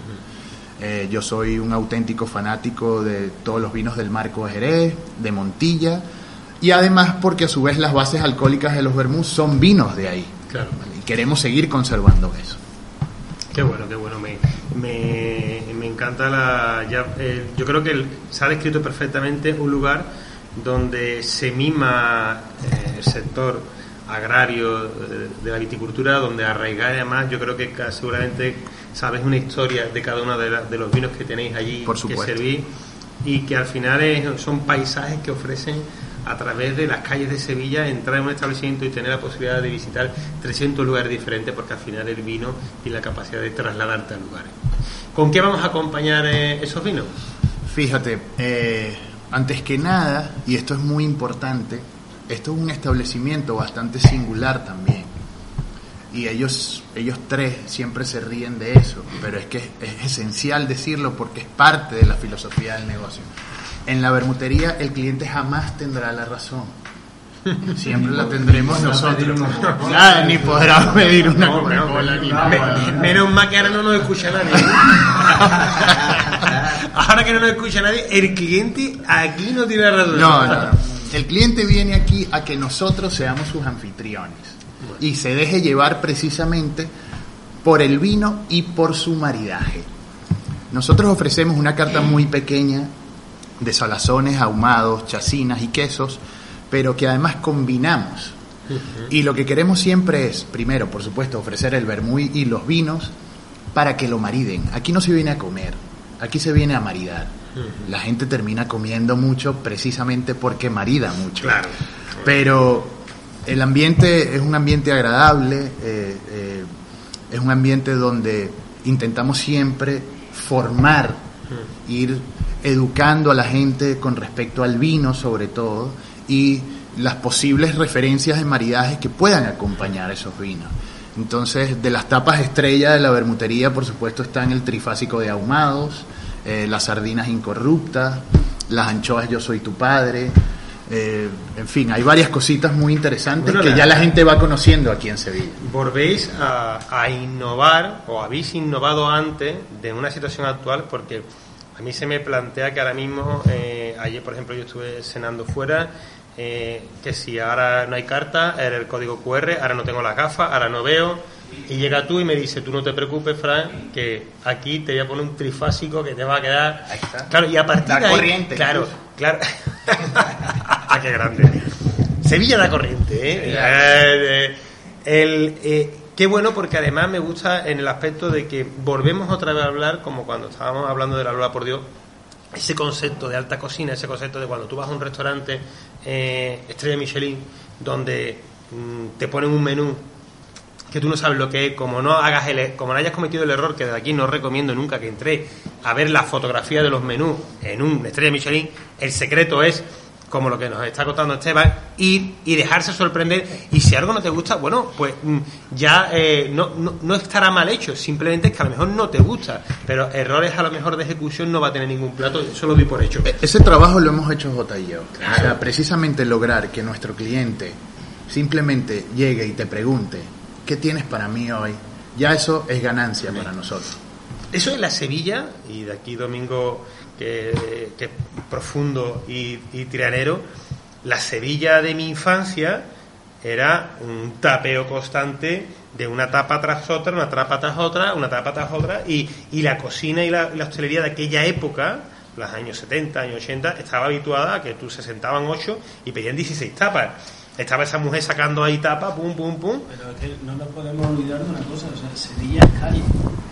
Eh, yo soy un auténtico fanático de todos los vinos del Marco de Jerez, de Montilla, y además porque a su vez las bases alcohólicas de los vermús son vinos de ahí. Claro. ¿Vale? Y queremos seguir conservando eso. Qué bueno, qué bueno. Me, me, me encanta la... Ya, eh, yo creo que el- se ha descrito perfectamente un lugar donde se mima eh, el sector agrario de, de la viticultura, donde arraigar además, yo creo que ca- seguramente sabes una historia de cada uno de, la- de los vinos que tenéis allí, Por que supuesto. servís, y que al final es- son paisajes que ofrecen a través de las calles de Sevilla, entrar en un establecimiento y tener la posibilidad de visitar trescientos lugares diferentes, porque al final el vino tiene la capacidad de trasladarte a lugares. ¿Con qué vamos a acompañar eh, esos vinos? Fíjate, eh, antes que nada, y esto es muy importante, esto es un establecimiento bastante singular también. Y ellos, ellos tres siempre se ríen de eso, pero es que es, es esencial decirlo porque es parte de la filosofía del negocio. En la bermutería el cliente jamás tendrá la razón. Siempre la tendremos nosotros. Nada, ni podrá pedir una No, Coca-Cola no, ni me- nada. menos mal que ahora no nos escucha nadie. Ahora que no nos escucha nadie, el cliente aquí no tiene razón. No, no, no. El cliente viene aquí a que nosotros seamos sus anfitriones y se deje llevar precisamente por el vino y por su maridaje. Nosotros ofrecemos una carta muy pequeña de salazones, ahumados, chacinas y quesos, pero que además combinamos. Y lo que queremos siempre es, primero, por supuesto, ofrecer el vermú y los vinos para que lo mariden. Aquí no se viene a comer, aquí se viene a maridar. La gente termina comiendo mucho precisamente porque marida mucho. Claro. Pero el ambiente es un ambiente agradable, eh, eh, es un ambiente donde intentamos siempre formar, ir educando a la gente con respecto al vino sobre todo, y las posibles referencias de maridajes que puedan acompañar esos vinos. Entonces, de las tapas estrella de la bermutería, por supuesto, están el trifásico de ahumados, eh, las sardinas incorruptas, las anchoas Yo Soy Tu Padre, eh, en fin, hay varias cositas muy interesantes Bueno, que la- ya la gente va conociendo aquí en Sevilla. Volvéis a, a innovar, o habéis innovado antes de una situación actual, porque a mí se me plantea que ahora mismo, eh, ayer por ejemplo yo estuve cenando fuera, eh, que si ahora no hay carta, era el código cu erre, ahora no tengo las gafas, ahora no veo, y llega tú y me dice, tú no te preocupes, Fran, que aquí te voy a poner un trifásico que te va a quedar... Ahí está. Claro, y a partir Da de ahí... corriente, Claro, incluso. claro. Ah, qué grande. Sevilla da corriente, ¿eh? Eh, el, eh, qué bueno, porque además me gusta en el aspecto de que volvemos otra vez a hablar, como cuando estábamos hablando de la Lola por Dios, ese concepto de alta cocina, ese concepto de cuando tú vas a un restaurante eh, estrella Michelin, donde mm, te ponen un menú que tú no sabes lo que es, como no hagas el, como no hayas cometido el error, que desde aquí no recomiendo nunca que entré a ver la fotografía de los menús en un estrella Michelin, el secreto es, como lo que nos está contando Esteban, ir y dejarse sorprender, y si algo no te gusta, bueno, pues mm, ya eh, no, no, no estará mal hecho, simplemente es que a lo mejor no te gusta, pero errores a lo mejor de ejecución no va a tener ningún plato, eso lo doy por hecho. E- Ese trabajo lo hemos hecho Jota y yo. O sea, precisamente lograr que nuestro cliente simplemente llegue y te pregunte, ¿qué tienes para mí hoy? Ya eso es ganancia para nosotros. Eso es la Sevilla, y de aquí Domingo, que, que es profundo y, y tiranero, la Sevilla de mi infancia era un tapeo constante de una tapa tras otra, una tapa tras otra, una tapa tras otra, y, y la cocina y la, la hostelería de aquella época, los años setenta, años ochenta, estaba habituada a que tú se sentaban ocho y pedían dieciséis tapas. Estaba esa mujer sacando ahí tapas, pum, pum, pum. Pero es que no nos podemos olvidar de una cosa, o sea, Sevilla es calle.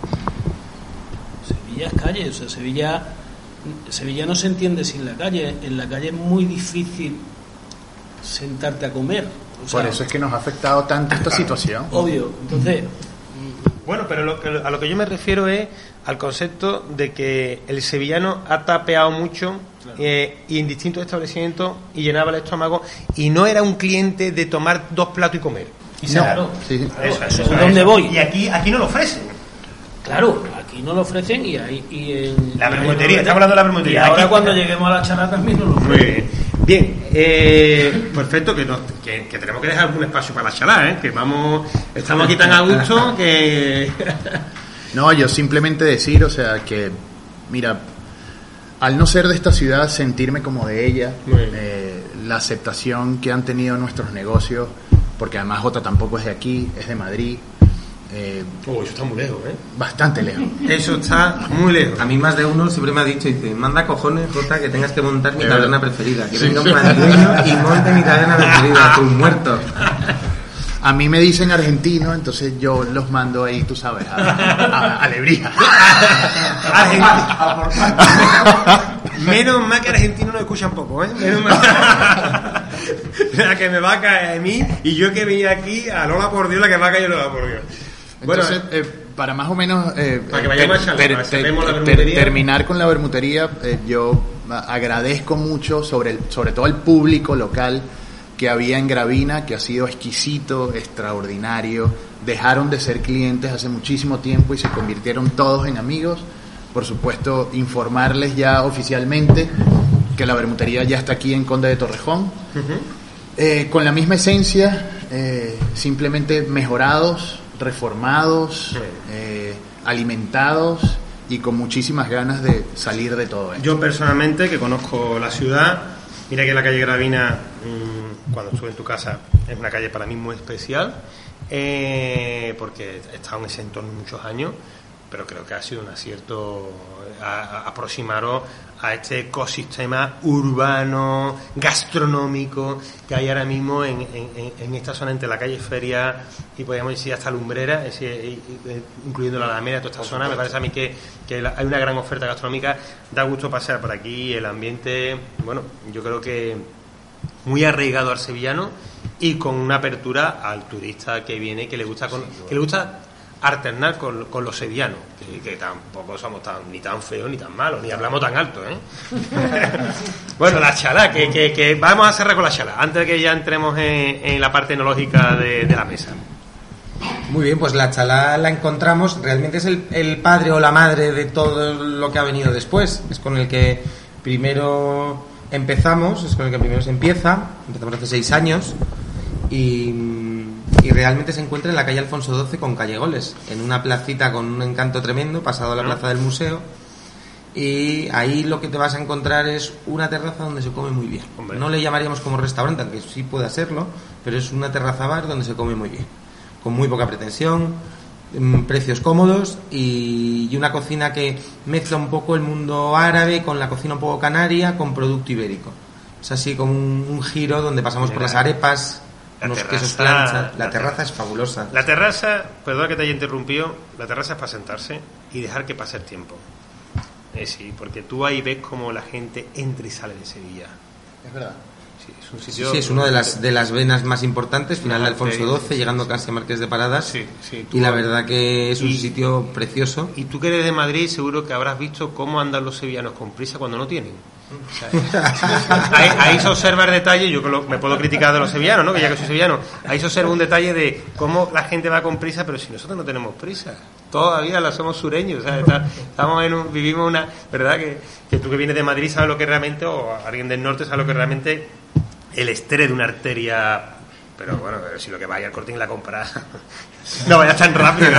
Sevilla es calle, o sea, Sevilla, Sevilla no se entiende sin la calle. En la calle es muy difícil sentarte a comer. O sea, Por eso es que nos ha afectado tanto esta situación. obvio. Entonces, Bueno, pero lo que, a lo que yo me refiero es al concepto de que el sevillano ha tapeado mucho eh, y en distintos establecimientos y llenaba el estómago, y no era un cliente de tomar dos platos y comer. y No, claro, sí. Eso, eso es donde voy. Y aquí, aquí no lo ofrecen. claro, aquí no lo ofrecen y ahí y en La bermutería, estamos hablando de la bermutería. Y ahora Aquí- cuando lleguemos a la charla también nos lo Muy ofrecen. bien. Bien, eh, perfecto, que, nos- que, que tenemos que dejar algún espacio para la charla, ¿eh? Que vamos, estamos aquí tan a gusto que... No, yo simplemente decir, o sea, que, mira, al no ser de esta ciudad, sentirme como de ella, Muy bien. eh, la aceptación que han tenido nuestros negocios, porque además Jota tampoco es de aquí, es de Madrid, eh, Oh, eso está muy lejos, ¿eh? bastante lejos. Eso está muy lejos. A mí más de uno siempre me ha dicho, dice, manda cojones, Jota, que tengas que montar mi Eh, taberna preferida. Que sí. venga un madrileño y monte mi taberna preferida, tus muertos. A mí me dicen argentino, entonces yo los mando ahí, tú sabes, a, a, a Lebrija. Menos mal que argentinos no escuchan poco, ¿eh? Menos mal. La que me va a caer a mí, y yo que venía aquí a Lola por Dios, la que me va a caer Lola por Dios. Bueno, Entonces, eh, para más o menos eh, Para que vayamos a charlar, ter- para que ter- cerremos la ter- bermutería. terminar con la bermutería, eh, yo agradezco mucho, sobre, el, sobre todo al público local que había en Gravina, que ha sido exquisito, extraordinario. Dejaron de ser clientes hace muchísimo tiempo y se convirtieron todos en amigos. Por supuesto, informarles ya oficialmente que la bermutería ya está aquí en Conde de Torrejón. Uh-huh. Eh, con la misma esencia, eh, simplemente mejorados, reformados, sí. eh, alimentados y con muchísimas ganas de salir de todo esto. Yo personalmente, que conozco la ciudad, mira que la calle Gravina, mmm, cuando estuve en tu casa, es una calle para mí muy especial, eh, porque he estado en ese entorno muchos años, pero creo que ha sido un acierto a, a aproximaros a este ecosistema urbano, gastronómico que hay ahora mismo en, en, en esta zona entre la calle Feria y podríamos decir hasta Lumbrera, ese, incluyendo la Alameda, toda esta zona. Me parece a mí que, que hay una gran oferta gastronómica, da gusto pasear por aquí, el ambiente, bueno, yo creo que muy arraigado al sevillano y con una apertura al turista que viene, que le gusta con, que le gusta alternar con, con los sevillanos, que, que tampoco somos tan, ni tan feos ni tan malos, ni hablamos tan alto, ¿eh? Bueno, la chalá, que, que, que vamos a cerrar con la chalá, antes de que ya entremos en, en la parte enológica de, de la mesa. Muy bien, pues la chalá la encontramos, realmente es el, el padre o la madre de todo lo que ha venido después, es con el que primero empezamos, es con el que primero se empieza, empezamos hace seis años, y... y realmente se encuentra en la calle Alfonso doce con Callegoles, en una placita con un encanto tremendo, pasado a la plaza del museo, y ahí lo que te vas a encontrar es una terraza donde se come muy bien. Hombre. No le llamaríamos como restaurante, aunque sí puede serlo, pero es una terraza bar donde se come muy bien, con muy poca pretensión, precios cómodos y, y una cocina que mezcla un poco el mundo árabe con la cocina un poco canaria con producto ibérico. Es así como un, un giro donde pasamos por las arepas, La unos terraza, quesos plancha. La, la terraza ter- es fabulosa. La terraza, perdón que te haya interrumpido, la terraza es para sentarse y dejar que pase el tiempo. Eh, sí, porque tú ahí ves cómo la gente entra y sale de Sevilla. Es verdad. Sí, es un sitio... Sí, es una de las de las venas más importantes, final de Alfonso doce, llegando casi a Marqués de Paradas. Sí, sí, y la verdad que es un y, sitio precioso. Y tú que eres de Madrid, seguro que habrás visto cómo andan los sevillanos con prisa cuando no tienen. O sea, ahí, ahí se observa el detalle, yo que lo, me puedo criticar de los sevillanos, ¿no? Que ya que soy sevillano, ahí se observa un detalle de cómo la gente va con prisa, pero si nosotros no tenemos prisa, todavía la somos sureños, ¿sabes? Estamos en un, vivimos una, ¿verdad? Que, que tú que vienes de Madrid sabes lo que realmente, o alguien del norte sabe lo que realmente el estrés de una arteria, pero bueno, pero si lo que vaya al Corte Inglés la compra, no vayas tan rápido.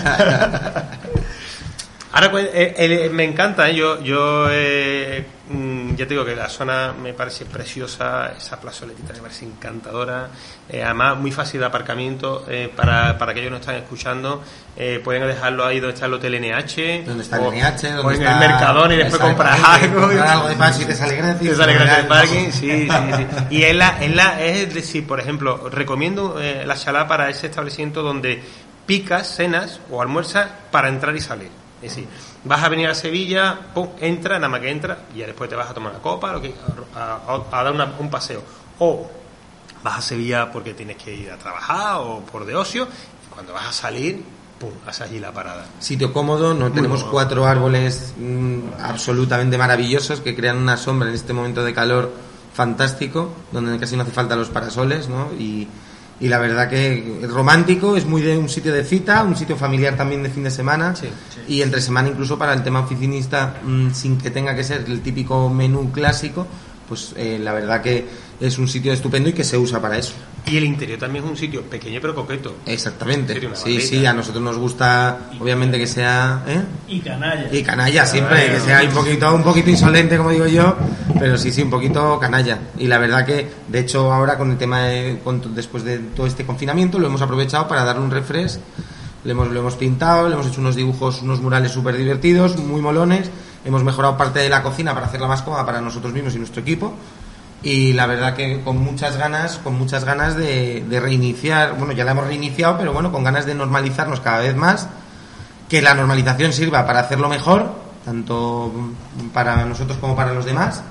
Ahora eh, eh, me encanta, ¿eh? yo yo eh, mm, ya te digo que la zona me parece preciosa, esa plazoletita me parece encantadora, eh, además muy fácil de aparcamiento, eh, para, para aquellos que nos están escuchando, eh, pueden dejarlo ahí donde está el Hotel N H, donde está o, el N H, donde o en está el Mercadona y después comprar algo, comprar algo de parking y te sale gratis, te sale gratis el parking, sí, sí, sí. Y es la, es la, es decir, por ejemplo, recomiendo eh, la chalá para ese establecimiento donde picas, cenas o almuerzas para entrar y salir. Es decir, vas a venir a Sevilla, pum, entra, nada más que entra, y ya después te vas a tomar una copa, lo que, a, a, a dar una, un paseo. O vas a Sevilla porque tienes que ir a trabajar o por de ocio, y cuando vas a salir, pum, haces allí la parada. Sitio cómodo, no tenemos cómodo. Cuatro árboles mmm, absolutamente maravillosos que crean una sombra en este momento de calor fantástico, donde casi no hace falta los parasoles, ¿no? Y, y la verdad que es romántico, es muy de un sitio de cita, un sitio familiar también de fin de semana, sí, sí. Y entre semana incluso para el tema oficinista, mmm, sin que tenga que ser el típico menú clásico, pues eh, la verdad que es un sitio estupendo y que se usa para eso. Y el interior también es un sitio pequeño pero coqueto. Exactamente. Sí, sí, sí, a nosotros nos gusta, obviamente, que sea... ¿eh? Y canalla. Y canalla, siempre, que sea un poquito, un poquito insolente, como digo yo, pero sí, sí, un poquito canalla. Y la verdad que, de hecho, ahora con el tema de, con, después de todo este confinamiento, lo hemos aprovechado para darle un refresh. Le hemos, lo hemos pintado, le hemos hecho unos dibujos, unos murales súper divertidos, muy molones. Hemos mejorado parte de la cocina para hacerla más cómoda para nosotros mismos y nuestro equipo. Y la verdad que con muchas ganas, con muchas ganas de, de reiniciar, bueno, ya la hemos reiniciado, pero bueno, con ganas de normalizarnos cada vez más, que la normalización sirva para hacerlo mejor, tanto para nosotros como para los demás,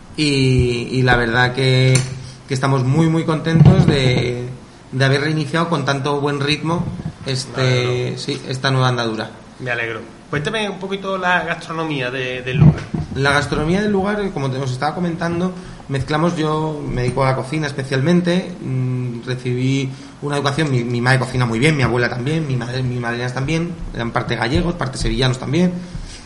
y, y la verdad que, que estamos muy muy contentos de, de haber reiniciado con tanto buen ritmo este, no, no. Sí, esta nueva andadura. Me alegro. Cuéntame un poquito la gastronomía de, del lugar. La gastronomía del lugar, como te os estaba comentando, mezclamos, yo me dedico a la cocina especialmente, mmm, recibí una educación, mi, mi madre cocina muy bien, mi abuela también, mi madre, mi madrinas también, eran parte gallegos, parte sevillanos también,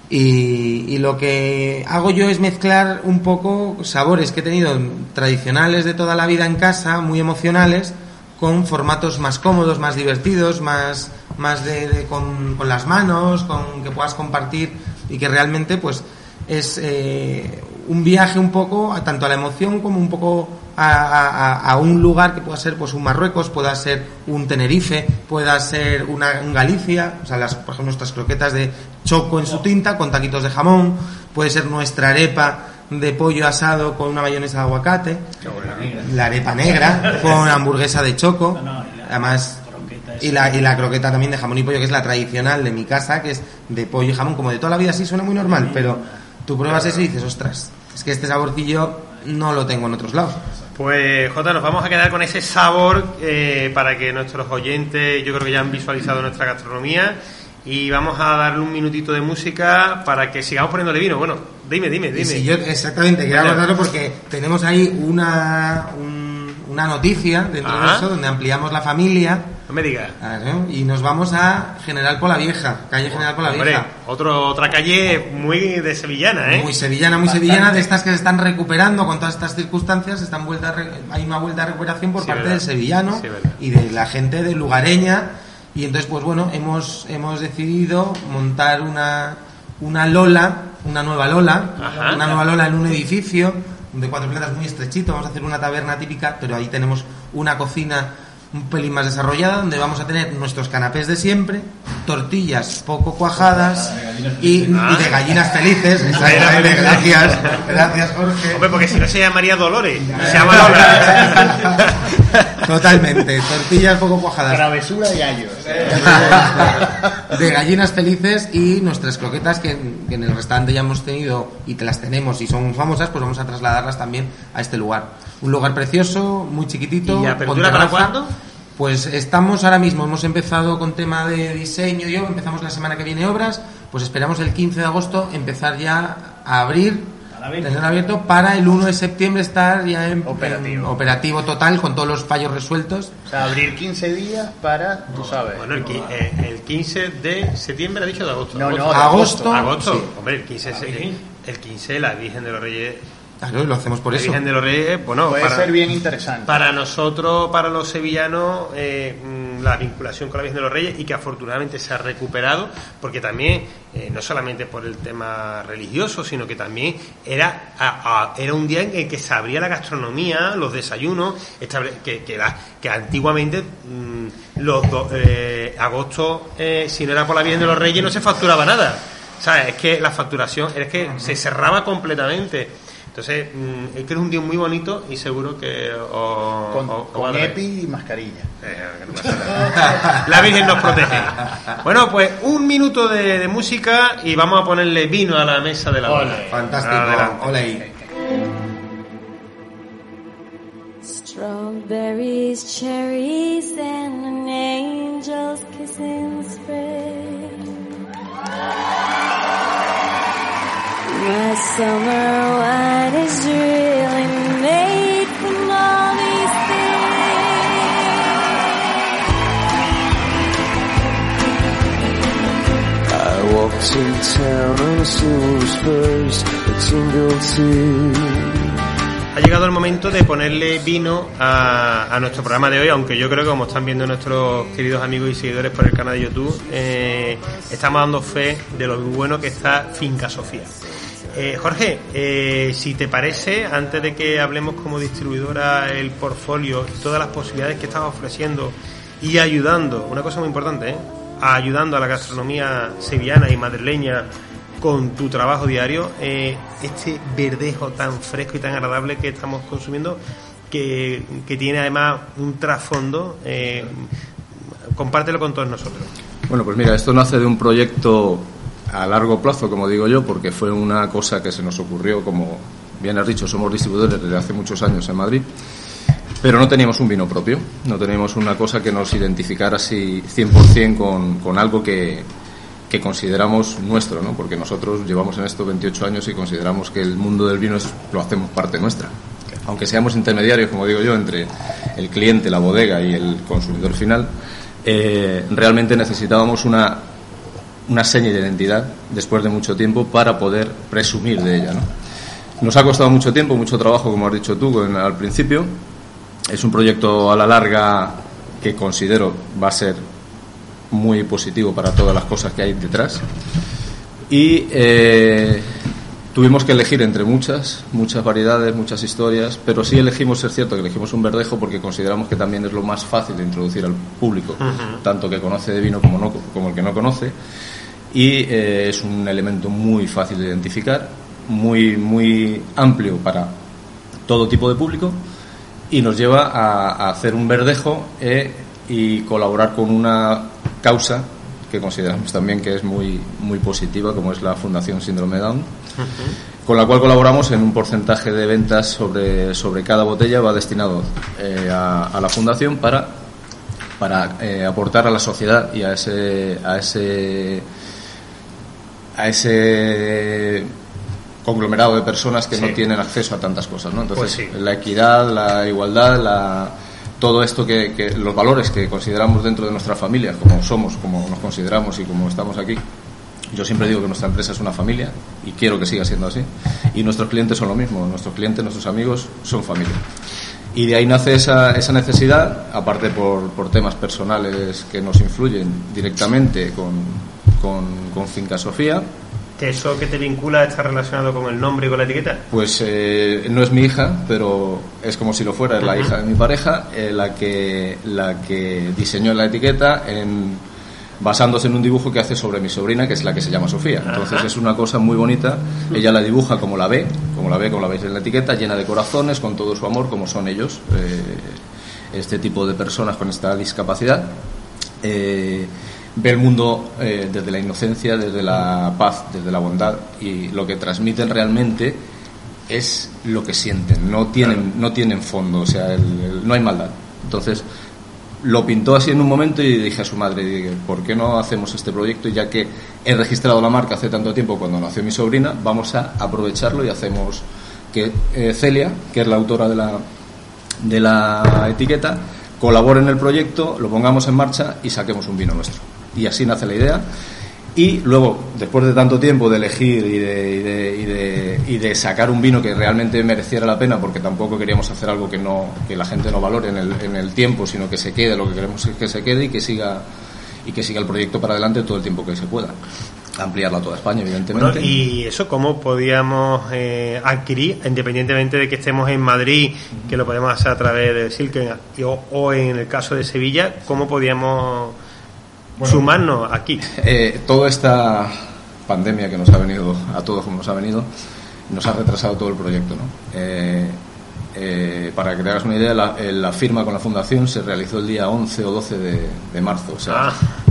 Y, y lo que hago yo es mezclar un poco sabores que he tenido tradicionales de toda la vida en casa, muy emocionales, con formatos más cómodos, más divertidos, más, más de, de con, con las manos, con que puedas compartir y que realmente pues es eh, un viaje un poco a, tanto a la emoción como un poco a, a, a un lugar que pueda ser pues un Marruecos, pueda ser un Tenerife, pueda ser una, un Galicia, o sea, las, por ejemplo nuestras croquetas de choco en su tinta con taquitos de jamón, puede ser nuestra arepa de pollo asado con una mayonesa de aguacate, la arepa negra con hamburguesa de choco, además y la, y la croqueta también de jamón y pollo, que es la tradicional de mi casa, que es de pollo y jamón, como de toda la vida. Sí suena muy normal, pero tú pruebas eso y dices, ostras, es que este saborcillo no lo tengo en otros lados. Pues Jota, nos vamos a quedar con ese sabor eh, para que nuestros oyentes, yo creo que ya han visualizado nuestra gastronomía, y vamos a darle un minutito de música para que sigamos poniéndole vino. Bueno, dime, dime, dime. Sí, yo exactamente, quería abordarlo porque tenemos ahí una, un, una noticia dentro Ajá. de eso, donde ampliamos la familia. No me digas. Y nos vamos a General Polavieja, calle General Polavieja. Hombre, otro, otra calle muy de sevillana, ¿eh? Muy sevillana, muy Bastante. sevillana, de estas que se están recuperando con todas estas circunstancias, están vuelta, hay una vuelta de recuperación por sí, parte verdad. del sevillano sí, y de la gente de lugareña. Y entonces, pues bueno, hemos hemos decidido montar una una Lola, una nueva Lola, Ajá. una nueva Lola en un edificio de cuatro plantas muy estrechito. Vamos a hacer una taberna típica, pero ahí tenemos una cocina un pelín más desarrollada, donde vamos a tener nuestros canapés de siempre, tortillas poco cuajadas y, ah. y de gallinas felices. Exactamente, gracias, gracias Jorge. Hombre, porque si no se llamaría Dolores, se llama Lola. Totalmente, tortillas poco cuajadas. Travesura y gallos. De gallinas felices y nuestras croquetas que, que en el restaurante ya hemos tenido y que las tenemos y son famosas, pues vamos a trasladarlas también a este lugar. Un lugar precioso, muy chiquitito. ¿Y apertura para cuándo? Pues estamos ahora mismo, hemos empezado con tema de diseño, yo empezamos la semana que viene obras, pues esperamos el quince de agosto empezar ya a abrir, tener abierto para el uno de septiembre estar ya en operativo. en operativo total con todos los fallos resueltos. O sea, abrir quince días para, tú sabes. Bueno, el, eh, el quince de septiembre ha dicho de agosto. No, agosto. no, de agosto. agosto. Agosto. Sí. Hombre, el quince, el, el quince la Virgen de los Reyes. Claro, lo hacemos por la eso. Virgen de los Reyes, bueno, puede para, ser bien interesante. Para nosotros, para los sevillanos, eh, la vinculación con la Virgen de los Reyes, y que afortunadamente se ha recuperado, porque también, eh, no solamente por el tema religioso, sino que también era a, a, era un día en el que se abría la gastronomía, los desayunos, estable, que, que, la, que antiguamente mmm, los do, eh, agosto, eh, si no era por la Virgen de los Reyes, no se facturaba nada. ¿Sabes? Es que la facturación, es que se cerraba completamente. Entonces, mmm, es que es un día muy bonito y seguro que os, con, os, con os EPI y mascarilla. Eh, que no pasa nada. La Virgen nos protege. Bueno, pues un minuto de, de música y vamos a ponerle vino a la mesa de la boda. Fantástico. Ole. Strawberries, cherries and an angel's kiss in spring. My summer wine is really made from all these things. I walked in town on silver spurs, a tingle too. Ha llegado el momento de ponerle vino a, a nuestro programa de hoy, aunque yo creo que, como están viendo nuestros queridos amigos y seguidores por el canal de YouTube, eh, estamos dando fe de lo bueno que está Finca Sofía. Eh, Jorge, eh, si te parece, antes de que hablemos como distribuidora el portfolio y todas las posibilidades que estamos ofreciendo y ayudando, una cosa muy importante, ¿eh? ayudando a la gastronomía sevillana y madrileña con tu trabajo diario, eh, este verdejo tan fresco y tan agradable que estamos consumiendo, que, que tiene además un trasfondo, eh, compártelo con todos nosotros. Bueno, pues mira, esto nace de un proyecto a largo plazo, como digo yo, porque fue una cosa que se nos ocurrió, como bien has dicho, somos distribuidores desde hace muchos años en Madrid, pero no teníamos un vino propio, no teníamos una cosa que nos identificara así cien por ciento con, con algo que, que consideramos nuestro, ¿no? Porque nosotros llevamos en esto veintiocho años y consideramos que el mundo del vino es, lo hacemos parte nuestra. Aunque seamos intermediarios, como digo yo, entre el cliente, la bodega y el consumidor final, eh, realmente necesitábamos una una seña de identidad después de mucho tiempo para poder presumir de ella, ¿no? Nos ha costado mucho tiempo, mucho trabajo, como has dicho tú en, al principio. Es un proyecto a la larga que considero va a ser muy positivo para todas las cosas que hay detrás. Y eh, tuvimos que elegir entre muchas, muchas variedades, muchas historias, pero sí elegimos, es cierto que elegimos un verdejo porque consideramos que también es lo más fácil de introducir al público, uh-huh. tanto que conoce de vino como, no, como el que no conoce, y eh, es un elemento muy fácil de identificar, muy, muy amplio para todo tipo de público, y nos lleva a, a hacer un verdejo eh, y colaborar con una causa que consideramos también que es muy muy positiva, como es la Fundación Síndrome Down, uh-huh. con la cual colaboramos en un porcentaje de ventas sobre sobre cada botella va destinado eh, a, a la fundación para para eh, aportar a la sociedad y a ese a ese a ese conglomerado de personas que sí. no tienen acceso a tantas cosas, ¿no? Entonces, pues sí. la equidad, la igualdad, la todo esto que, que los valores que consideramos dentro de nuestra familia, como somos, como nos consideramos y como estamos aquí. Yo siempre digo que nuestra empresa es una familia y quiero que siga siendo así. Y nuestros clientes son lo mismo, nuestros clientes, nuestros amigos son familia. Y de ahí nace esa, esa necesidad, aparte por, por temas personales que nos influyen directamente con, con, con Finca Sofía. ¿Eso que te vincula está relacionado con el nombre y con la etiqueta? Pues eh, no es mi hija, pero es como si lo fuera, es la hija de mi pareja, eh, la que la que diseñó la etiqueta en, basándose en un dibujo que hace sobre mi sobrina, que es la que se llama Sofía. Entonces es una cosa muy bonita, ella la dibuja como la ve, como la ve, como la veis en la etiqueta, llena de corazones, con todo su amor, como son ellos, eh, este tipo de personas con esta discapacidad. Eh, ve el mundo eh, desde la inocencia, desde la paz, desde la bondad, y lo que transmiten realmente es lo que sienten, no tienen no tienen fondo, o sea, el, el, no hay maldad. Entonces lo pintó así en un momento y dije a su madre, dije, ¿por qué no hacemos este proyecto? Ya que he registrado la marca hace tanto tiempo, cuando nació mi sobrina, vamos a aprovecharlo y hacemos que eh, Celia, que es la autora de la de la etiqueta, colabore en el proyecto, lo pongamos en marcha y saquemos un vino nuestro. Y así nace la idea. Y luego, después de tanto tiempo de elegir y de, y de, y de, y de sacar un vino que realmente mereciera la pena, porque tampoco queríamos hacer algo que no que la gente no valore en el, en el tiempo, sino que se quede, lo que queremos es que se quede y que siga y que siga el proyecto para adelante todo el tiempo que se pueda. Ampliarlo a toda España, evidentemente. Bueno, y eso, ¿cómo podíamos eh, adquirir, independientemente de que estemos en Madrid, que lo podemos hacer a través de Silken, o, o en el caso de Sevilla, cómo podíamos bueno, sumarnos aquí? Eh, toda esta pandemia que nos ha venido, a todos como nos ha venido, nos ha retrasado todo el proyecto, ¿no? Eh, eh, para que te hagas una idea, la, la firma con la Fundación se realizó el día once o doce de, de marzo, o sea... Ah.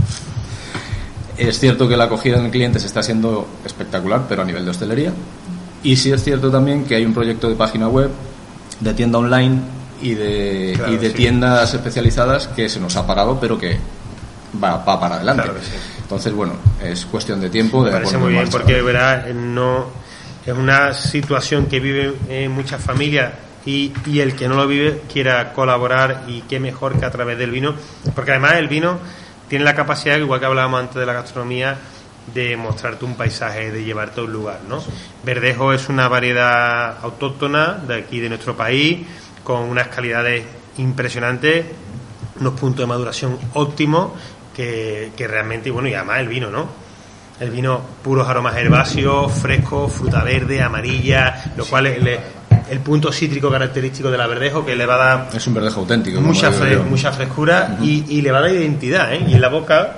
Es cierto que la acogida en clientes está siendo espectacular, pero a nivel de hostelería. Y sí es cierto también que hay un proyecto de página web, de tienda online y de, claro, y de sí. tiendas especializadas que se nos ha parado, pero que va, va para adelante. Claro que sí. Entonces, bueno, es cuestión de tiempo. Me parece muy bien, porque verá, no es una situación que vive en muchas familias y, y el que no lo vive quiera colaborar, y qué mejor que a través del vino, porque además el vino tiene la capacidad, igual que hablábamos antes de la gastronomía, de mostrarte un paisaje, de llevarte a un lugar, ¿no? Sí. Verdejo es una variedad autóctona de aquí, de nuestro país, con unas calidades impresionantes, unos puntos de maduración óptimos, que, que realmente, y bueno, y además el vino, ¿no? El vino, puros aromas herbáceos, frescos, fruta verde, amarilla, lo cual es le, el punto cítrico característico de la verdejo, que le va a dar... Es un verdejo auténtico. Mucha, fre- mucha frescura, uh-huh. y, y le va a dar identidad, ¿eh? Y en la boca,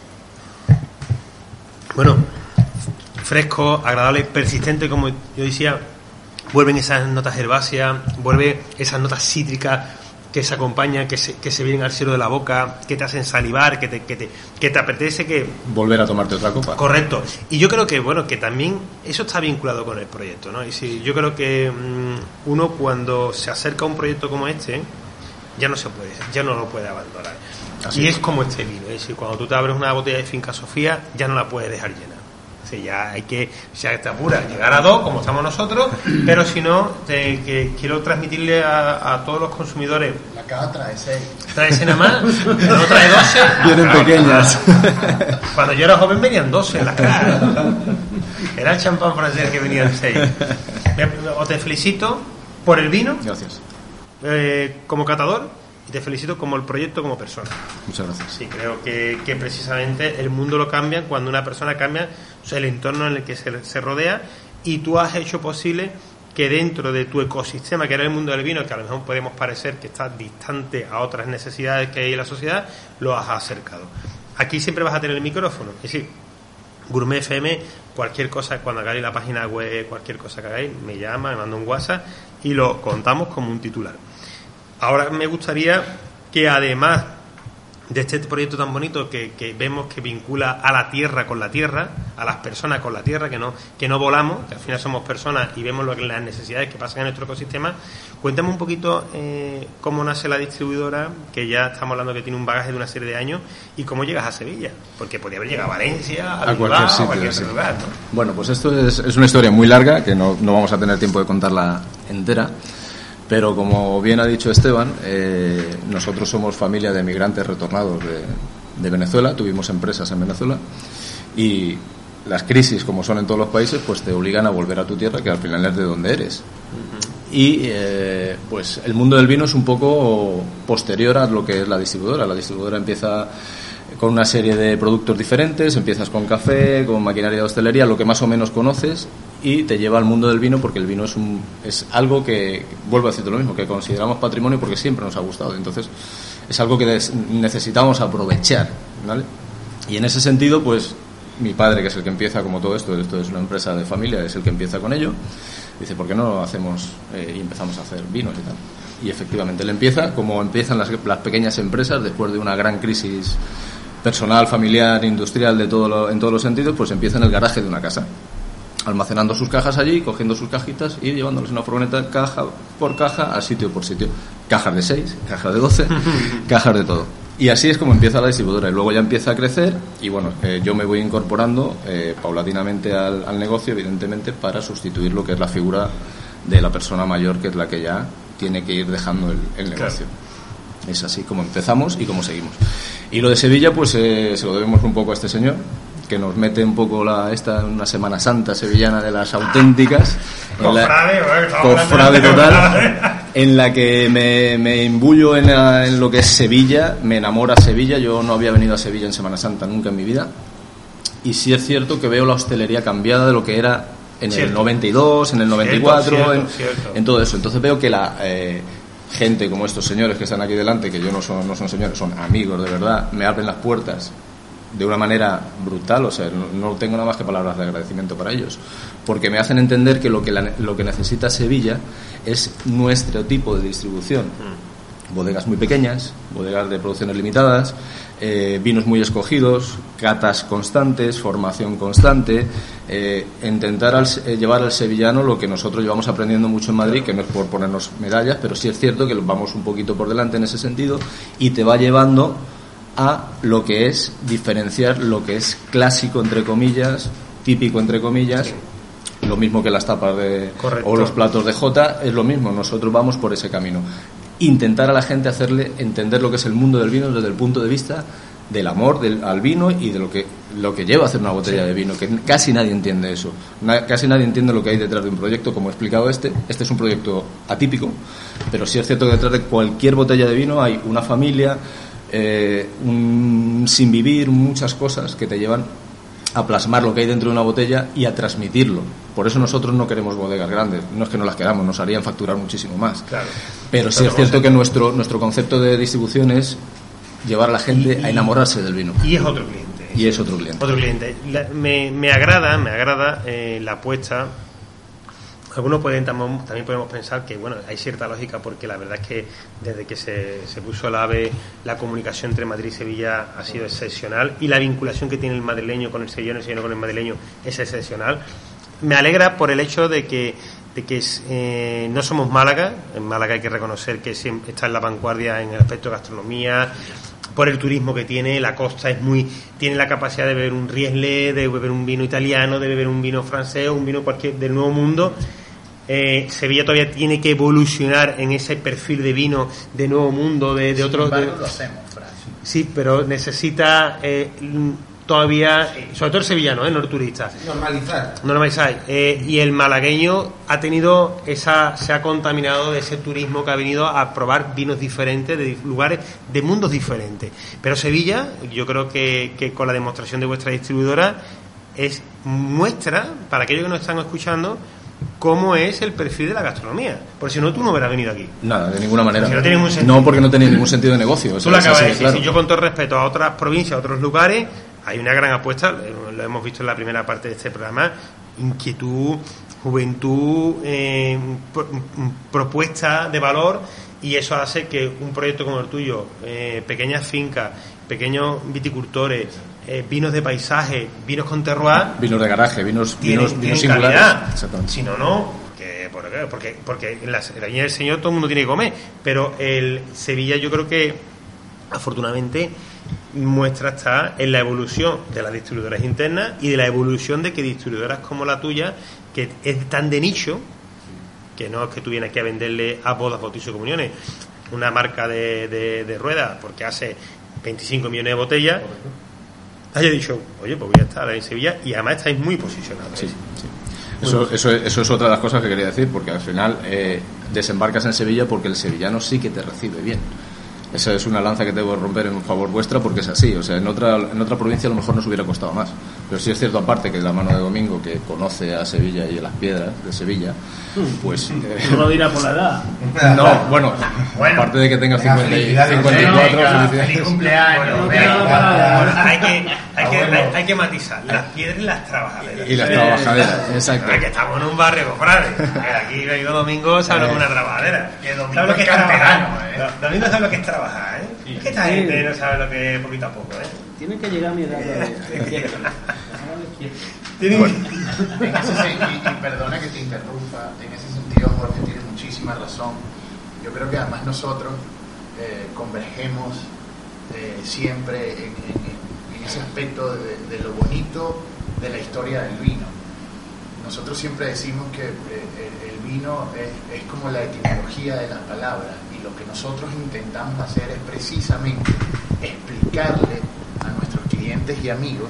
bueno, fresco, agradable, persistente, como yo decía, vuelven esas notas herbáceas, vuelve esas notas cítricas que se acompañan, que se, que se vienen al cielo de la boca, que te hacen salivar, que te, que te, que te apetece que... Volver a tomarte otra copa. Correcto. Y yo creo que, bueno, que también eso está vinculado con el proyecto, ¿no? Y sí, yo creo que mmm, uno cuando se acerca a un proyecto como este, ya no se puede, ya no lo puede abandonar. Así y es como este vino, es decir, cuando tú te abres una botella de Finca Sofía, ya no la puedes dejar llena. Sí, ya hay que, si te apura, llegar a dos, como estamos nosotros, pero si no, te, que quiero transmitirle a, a todos los consumidores. La caja trae seis. ¿Trae ese nada más? ¿No trae doce? Vienen Claro, pequeñas. Cuando yo era joven venían doce en las cajas. Era el champán francés que venían seis. Os te felicito por el vino. Gracias. Eh, como catador, y te felicito como el proyecto como persona. Muchas gracias. Sí, creo que, que precisamente el mundo lo cambia cuando una persona cambia, o sea, el entorno en el que se, se rodea, y tú has hecho posible que dentro de tu ecosistema, que era el mundo del vino, que a lo mejor podemos parecer que está distante a otras necesidades que hay en la sociedad, lo has acercado. Aquí siempre vas a tener el micrófono, es decir, Gourmet F M, cualquier cosa, cuando hagáis la página web, cualquier cosa que hagáis, me llama, me manda un WhatsApp y lo contamos como un titular. Ahora me gustaría que, además de este proyecto tan bonito que, que vemos que vincula a la tierra con la tierra, a las personas con la tierra, que no que no volamos, que al final somos personas y vemos lo que, las necesidades que pasan en nuestro ecosistema, cuéntame un poquito eh, cómo nace la distribuidora, que ya estamos hablando que tiene un bagaje de una serie de años, y cómo llegas a Sevilla, porque podría haber llegado a Valencia, a, A cualquier sitio, a cualquier sí. otro lugar, ¿no? Bueno, pues esto es, es una historia muy larga que no, no vamos a tener tiempo de contarla entera, pero como bien ha dicho Esteban, eh, nosotros somos familia de migrantes retornados de, de Venezuela, tuvimos empresas en Venezuela y las crisis, como son en todos los países, pues te obligan a volver a tu tierra, que al final es de donde eres. Uh-huh. Y eh, pues el mundo del vino es un poco posterior a lo que es la distribuidora. La distribuidora empieza con una serie de productos diferentes, empiezas con café, con maquinaria de hostelería, lo que más o menos conoces, y te lleva al mundo del vino, porque el vino es un es algo que, vuelvo a decirte lo mismo, que consideramos patrimonio porque siempre nos ha gustado. Entonces es algo que des, necesitamos aprovechar, ¿vale? Y en ese sentido, pues mi padre, que es el que empieza como todo esto, esto es una empresa de familia, es el que empieza con ello, dice, ¿por qué no hacemos eh, y empezamos a hacer vinos y tal? Y efectivamente él empieza, como empiezan las, las pequeñas empresas, después de una gran crisis personal, familiar, industrial, de todo lo, en todos los sentidos, pues empieza en el garaje de una casa, almacenando sus cajas allí, cogiendo sus cajitas y llevándolas en una furgoneta caja por caja, a sitio por sitio. Cajas de seis, cajas de doce, cajas de todo. Y así es como empieza la distribuidora. Y luego ya empieza a crecer y bueno, eh, yo me voy incorporando eh, paulatinamente al, al negocio, evidentemente, para sustituir lo que es la figura de la persona mayor, que es la que ya tiene que ir dejando el, el negocio. Claro. Es así como empezamos y como seguimos. Y lo de Sevilla, pues eh, se lo debemos un poco a este señor, que nos mete un poco la esta una Semana Santa sevillana de las auténticas, cofrade, la, cofrade total, en la que me, me imbullo en, la, en lo que es Sevilla, me enamora Sevilla. Yo no había venido a Sevilla en Semana Santa nunca en mi vida, y sí es cierto que veo la hostelería cambiada de lo que era en cierto. el noventa y dos, en el noventa y cuatro, cierto, cierto, en, cierto. en todo eso. Entonces veo que la eh, gente como estos señores que están aquí delante, que yo no son, no son señores, son amigos de verdad, me abren las puertas de una manera brutal. O sea, no, no tengo nada más que palabras de agradecimiento para ellos, porque me hacen entender que lo que, la, lo que necesita Sevilla es nuestro tipo de distribución. Bodegas muy pequeñas, bodegas de producciones limitadas, eh, vinos muy escogidos, catas constantes, formación constante, eh, intentar al, eh, llevar al sevillano lo que nosotros llevamos aprendiendo mucho en Madrid, que no es por ponernos medallas, pero sí es cierto que vamos un poquito por delante en ese sentido, y te va llevando a lo que es diferenciar lo que es clásico, entre comillas, típico, entre comillas. Lo mismo que las tapas de Correcto. O los platos de Jota, es lo mismo. Nosotros vamos por ese camino. Intentar a la gente hacerle entender lo que es el mundo del vino desde el punto de vista del amor del, al vino y de lo que lo que lleva a hacer una botella sí. de vino, que casi nadie entiende eso. Na, casi nadie entiende lo que hay detrás de un proyecto, como he explicado este. Este es un proyecto atípico, pero sí es cierto que detrás de cualquier botella de vino hay una familia, eh, un sin vivir, muchas cosas que te llevan a plasmar lo que hay dentro de una botella y a transmitirlo. Por eso nosotros no queremos bodegas grandes, no es que no las queramos, nos harían facturar muchísimo más. Claro. Pero sí es cierto que nuestro nuestro concepto de distribución es llevar a la gente y, y, a enamorarse del vino. Y es otro cliente. Y es otro cliente. Otro cliente. La, me, me agrada, me agrada eh, la apuesta. Algunos pueden también podemos pensar que bueno, hay cierta lógica, porque la verdad es que desde que se, se puso la AVE, la comunicación entre Madrid y Sevilla ha sido excepcional, y la vinculación que tiene el madrileño con el sevillano y el sevillano con el madrileño es excepcional. Me alegra por el hecho de que de que eh, no somos Málaga. En Málaga hay que reconocer que siempre está en la vanguardia en el aspecto de gastronomía, por el turismo que tiene. La costa es muy, tiene la capacidad de beber un Riesling, de beber un vino italiano, de beber un vino francés, un vino cualquier del Nuevo Mundo. Eh, Sevilla todavía tiene que evolucionar en ese perfil de vino de Nuevo Mundo, de, de otros. Sin embargo, lo hacemos, Fran. Sí, pero necesita eh, todavía, sobre todo el sevillano, ¿eh? No el turista. Normalizar. Normalizar. Eh, y el malagueño ha tenido esa, se ha contaminado de ese turismo que ha venido a probar vinos diferentes, de lugares, de mundos diferentes. Pero Sevilla, yo creo que, que con la demostración de vuestra distribuidora, es muestra, para aquellos que nos están escuchando, cómo es el perfil de la gastronomía. Porque si no, tú no hubieras venido aquí. Nada, de ninguna manera. Si no tiene ningún sentido. No, porque no tenía ningún sentido de negocio. Tú lo acabas de decir. Claro. Si yo, con todo respeto a otras provincias, a otros lugares, hay una gran apuesta, lo hemos visto en la primera parte de este programa, inquietud, juventud, eh, pro, propuesta de valor, y eso hace que un proyecto como el tuyo, eh, pequeñas fincas, pequeños viticultores, eh, vinos de paisaje, vinos con terroir, vinos de garaje, vinos, tienen, vinos, tienen vinos singulares. calidad. Exactamente. Si no, no. Que, porque porque en la, en la viña del Señor todo el mundo tiene que comer, pero el Sevilla, yo creo que afortunadamente muestra está en la evolución de las distribuidoras internas y de la evolución de que distribuidoras como la tuya, que es tan de nicho, que no es que tú vienes aquí a venderle a bodas, bautizos y comuniones una marca de, de, de ruedas porque hace veinticinco millones de botellas, haya dicho, oye, pues voy a estar en Sevilla, y además estáis muy posicionados. Sí, sí. Eso, eso, eso es otra de las cosas que quería decir, porque al final eh, desembarcas en Sevilla porque el sevillano sí que te recibe bien. Esa es una lanza que debo romper en favor vuestra, porque es así. O sea, en otra en otra provincia a lo mejor nos hubiera costado más. Pero sí es cierto, aparte, que la mano de Domingo, que conoce a Sevilla y a las piedras de Sevilla, pues... Eh, no lo dirá por la edad. No, bueno, bueno, aparte de que tenga cincuenta y cuatro, felicidades. felicidades. Feliz cumpleaños. Bueno, venga. hay que hay que, hay, hay que matizar las piedras y las trabajaderas. Y las trabajaderas, exacto. Que estamos en un barrio, compadre. Aquí Domingo Domingo sabe lo que es una trabajadera. Que Domingo sabe lo que es es canterano, trabajar. ¿eh? Domingo sabe lo que es trabajar, ¿eh? Sí. Que esta gente no sabe lo que es poquito a poco, ¿eh? Tiene que llegar a mi edad. Tienen... Bueno, en ese sen- y, y perdona que te interrumpa, en ese sentido Jorge tiene muchísima razón. Yo creo que además nosotros eh, convergemos eh, siempre en, en, en ese aspecto de, de lo bonito de la historia del vino. Nosotros siempre decimos que eh, el, el vino es, es como la etimología de las palabras, y lo que nosotros intentamos hacer es precisamente explicarle a nuestros clientes y amigos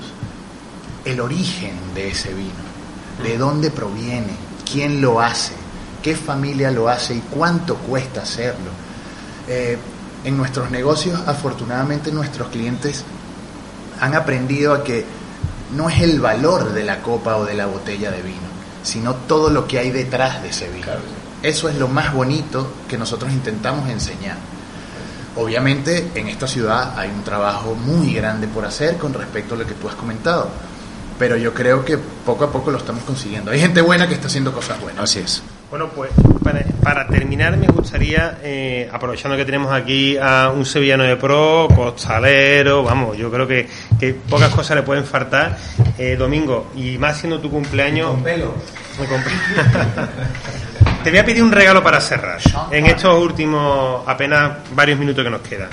el origen de ese vino, de dónde proviene, quién lo hace, qué familia lo hace y cuánto cuesta hacerlo. Eh, en nuestros negocios, afortunadamente, nuestros clientes han aprendido a que no es el valor de la copa o de la botella de vino, sino todo lo que hay detrás de ese vino. Eso es lo más bonito que nosotros intentamos enseñar. Obviamente, en esta ciudad hay un trabajo muy grande por hacer con respecto a lo que tú has comentado, pero yo creo que poco a poco lo estamos consiguiendo. Hay gente buena que está haciendo cosas buenas. Así es. Bueno, pues para, para terminar me gustaría, eh, aprovechando que tenemos aquí a un sevillano de pro, costalero, vamos, yo creo que, que pocas cosas le pueden faltar, eh, Domingo, y más siendo tu cumpleaños... Con pelo. Me compré. Te voy a pedir un regalo para cerrar, en estos últimos apenas varios minutos que nos quedan.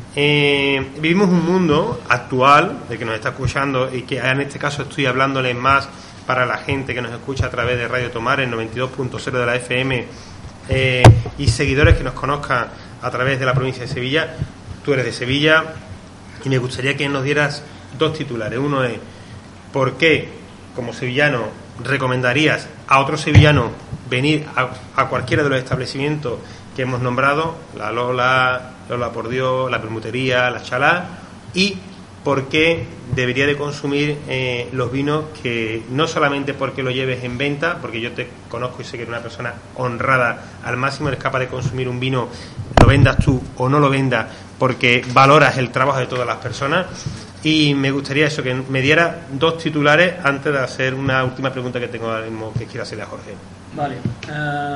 Eh, vivimos un mundo actual, de que nos está escuchando, y que en este caso estoy hablándoles más para la gente que nos escucha a través de Radio Tomar en noventa y dos punto cero de la F M, eh, y seguidores que nos conozcan a través de la provincia de Sevilla. Tú eres de Sevilla y me gustaría que nos dieras dos titulares. Uno es, ¿por qué como sevillano recomendarías a otro sevillano venir a, a cualquiera de los establecimientos que hemos nombrado, la Lola, Lola por Dios, la Permutería, la Chalá, y por qué debería de consumir eh, los vinos, que no solamente porque lo lleves en venta, porque yo te conozco y sé que eres una persona honrada al máximo, eres capaz de consumir un vino, lo vendas tú o no lo vendas, porque valoras el trabajo de todas las personas. Y me gustaría eso, que me diera dos titulares antes de hacer una última pregunta que tengo ahora mismo que quiero hacerle a Jorge. Vale. Uh,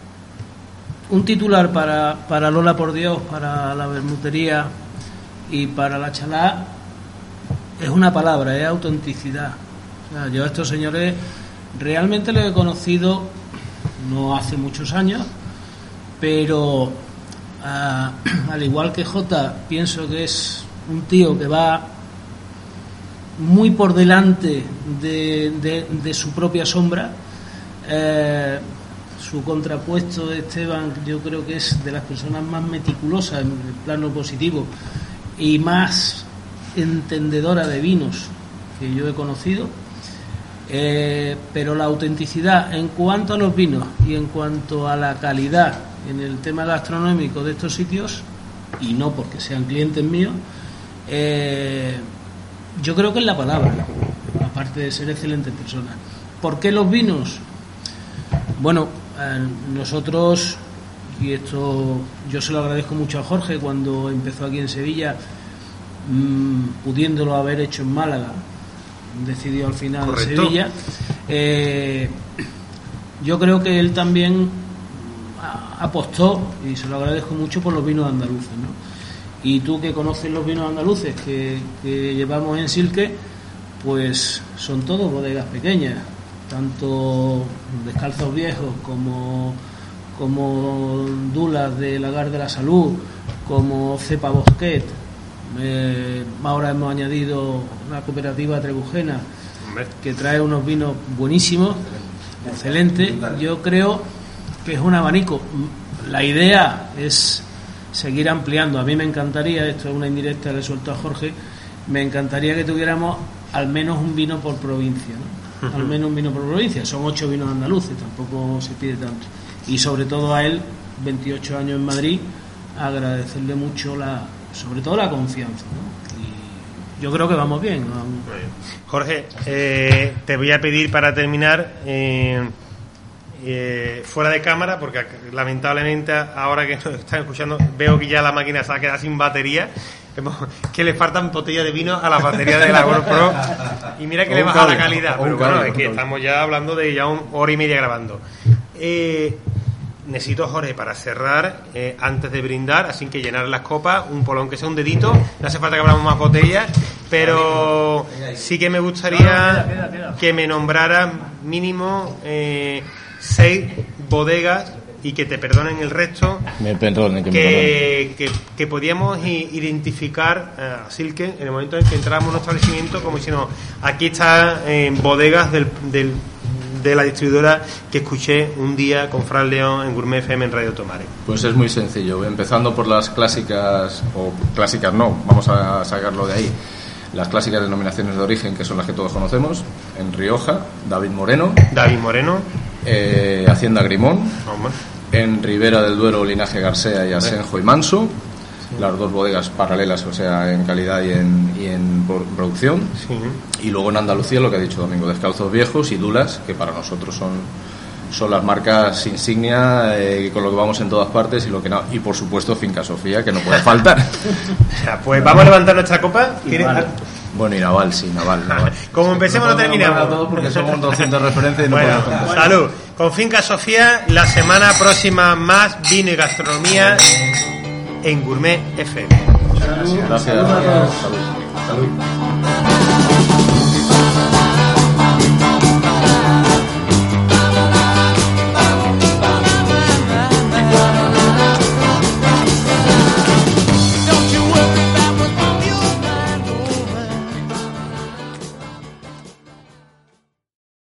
un titular para, para Lola por Dios, para la Bermutería y para la Chalá es una palabra, es autenticidad. O sea, yo a estos señores realmente los he conocido no hace muchos años, pero uh, al igual que Jota, pienso que es un tío que va muy por delante de, de, de su propia sombra. Eh, su contrapuesto, Esteban, yo creo que es de las personas más meticulosas en el plano positivo y más entendedora de vinos que yo he conocido. Eh, pero la autenticidad en cuanto a los vinos y en cuanto a la calidad en el tema gastronómico de estos sitios, y no porque sean clientes míos, eh, yo creo que es la palabra, aparte de ser excelentes personas. ¿Por qué los vinos? Bueno, eh, nosotros, y esto yo se lo agradezco mucho a Jorge cuando empezó aquí en Sevilla, mmm, pudiéndolo haber hecho en Málaga, decidió al final en Sevilla. Eh, yo creo que él también apostó, y se lo agradezco mucho, por los vinos andaluces, ¿no? Y tú que conoces los vinos andaluces que, que llevamos en Silque, pues son todos bodegas pequeñas, tanto Descalzos Viejos como, como Dulas de Lagar de la Salud, como Cepa Bosquet. Eh, ahora hemos añadido una cooperativa trebujena que trae unos vinos buenísimos, excelentes. Yo creo que es un abanico. La idea es seguir ampliando. A mí me encantaría, esto es una indirecta, le suelto a Jorge, me encantaría que tuviéramos al menos un vino por provincia, ¿no? Al menos un vino por provincia. Son ocho vinos andaluces, tampoco se pide tanto. Y sobre todo a él, veintiocho años en Madrid, agradecerle mucho la, sobre todo la confianza, ¿no? Y yo creo que vamos bien, ¿no? Jorge, eh, te voy a pedir para terminar, eh, eh, fuera de cámara, porque lamentablemente ahora que nos están escuchando veo que ya la máquina se ha quedado sin batería, que le faltan botellas de vino a la batería de la GoPro y mira que le baja la calidad, pero bueno, es que estamos ya hablando de ya una hora y media grabando. Eh, necesito, Jorge, para cerrar, eh, antes de brindar, así que llenar las copas, un polón que sea un dedito, no hace falta que abramos más botellas, pero sí que me gustaría que me nombraran mínimo eh, seis bodegas, y que te perdonen el resto, me perdonen, que, que, me que, que podíamos identificar a Silque en el momento en que entramos en un establecimiento como diciendo, aquí están eh, bodegas del, del, de la distribuidora que escuché un día con Fran León en Gourmet F M en Radio Tomare. Pues es muy sencillo, empezando por las clásicas, o clásicas no, vamos a sacarlo de ahí, las clásicas denominaciones de origen, que son las que todos conocemos. En Rioja, David Moreno. David Moreno. Eh, Hacienda Grimón. Hombre. En Ribera del Duero, Linaje García y Asenjo y Manso. Sí. Las dos bodegas paralelas, o sea, en calidad y en, y en producción. Sí. Y luego en Andalucía, lo que ha dicho Domingo, Descalzos Viejos y Dulas, que para nosotros son... son las marcas insignia, eh, con lo que vamos en todas partes y lo que no, y por supuesto Finca Sofía, que no puede faltar. O sea, pues vamos a levantar nuestra copa. Y Naval. Bueno, y Naval, sí, Naval, Naval. Como empecemos no, no terminamos. Todo porque somos doscientos referencias y no bueno, podemos. Salud. Con Finca Sofía, la semana próxima más vino y gastronomía en Gourmet F M. Gracias. Gracias. Salud. Salud.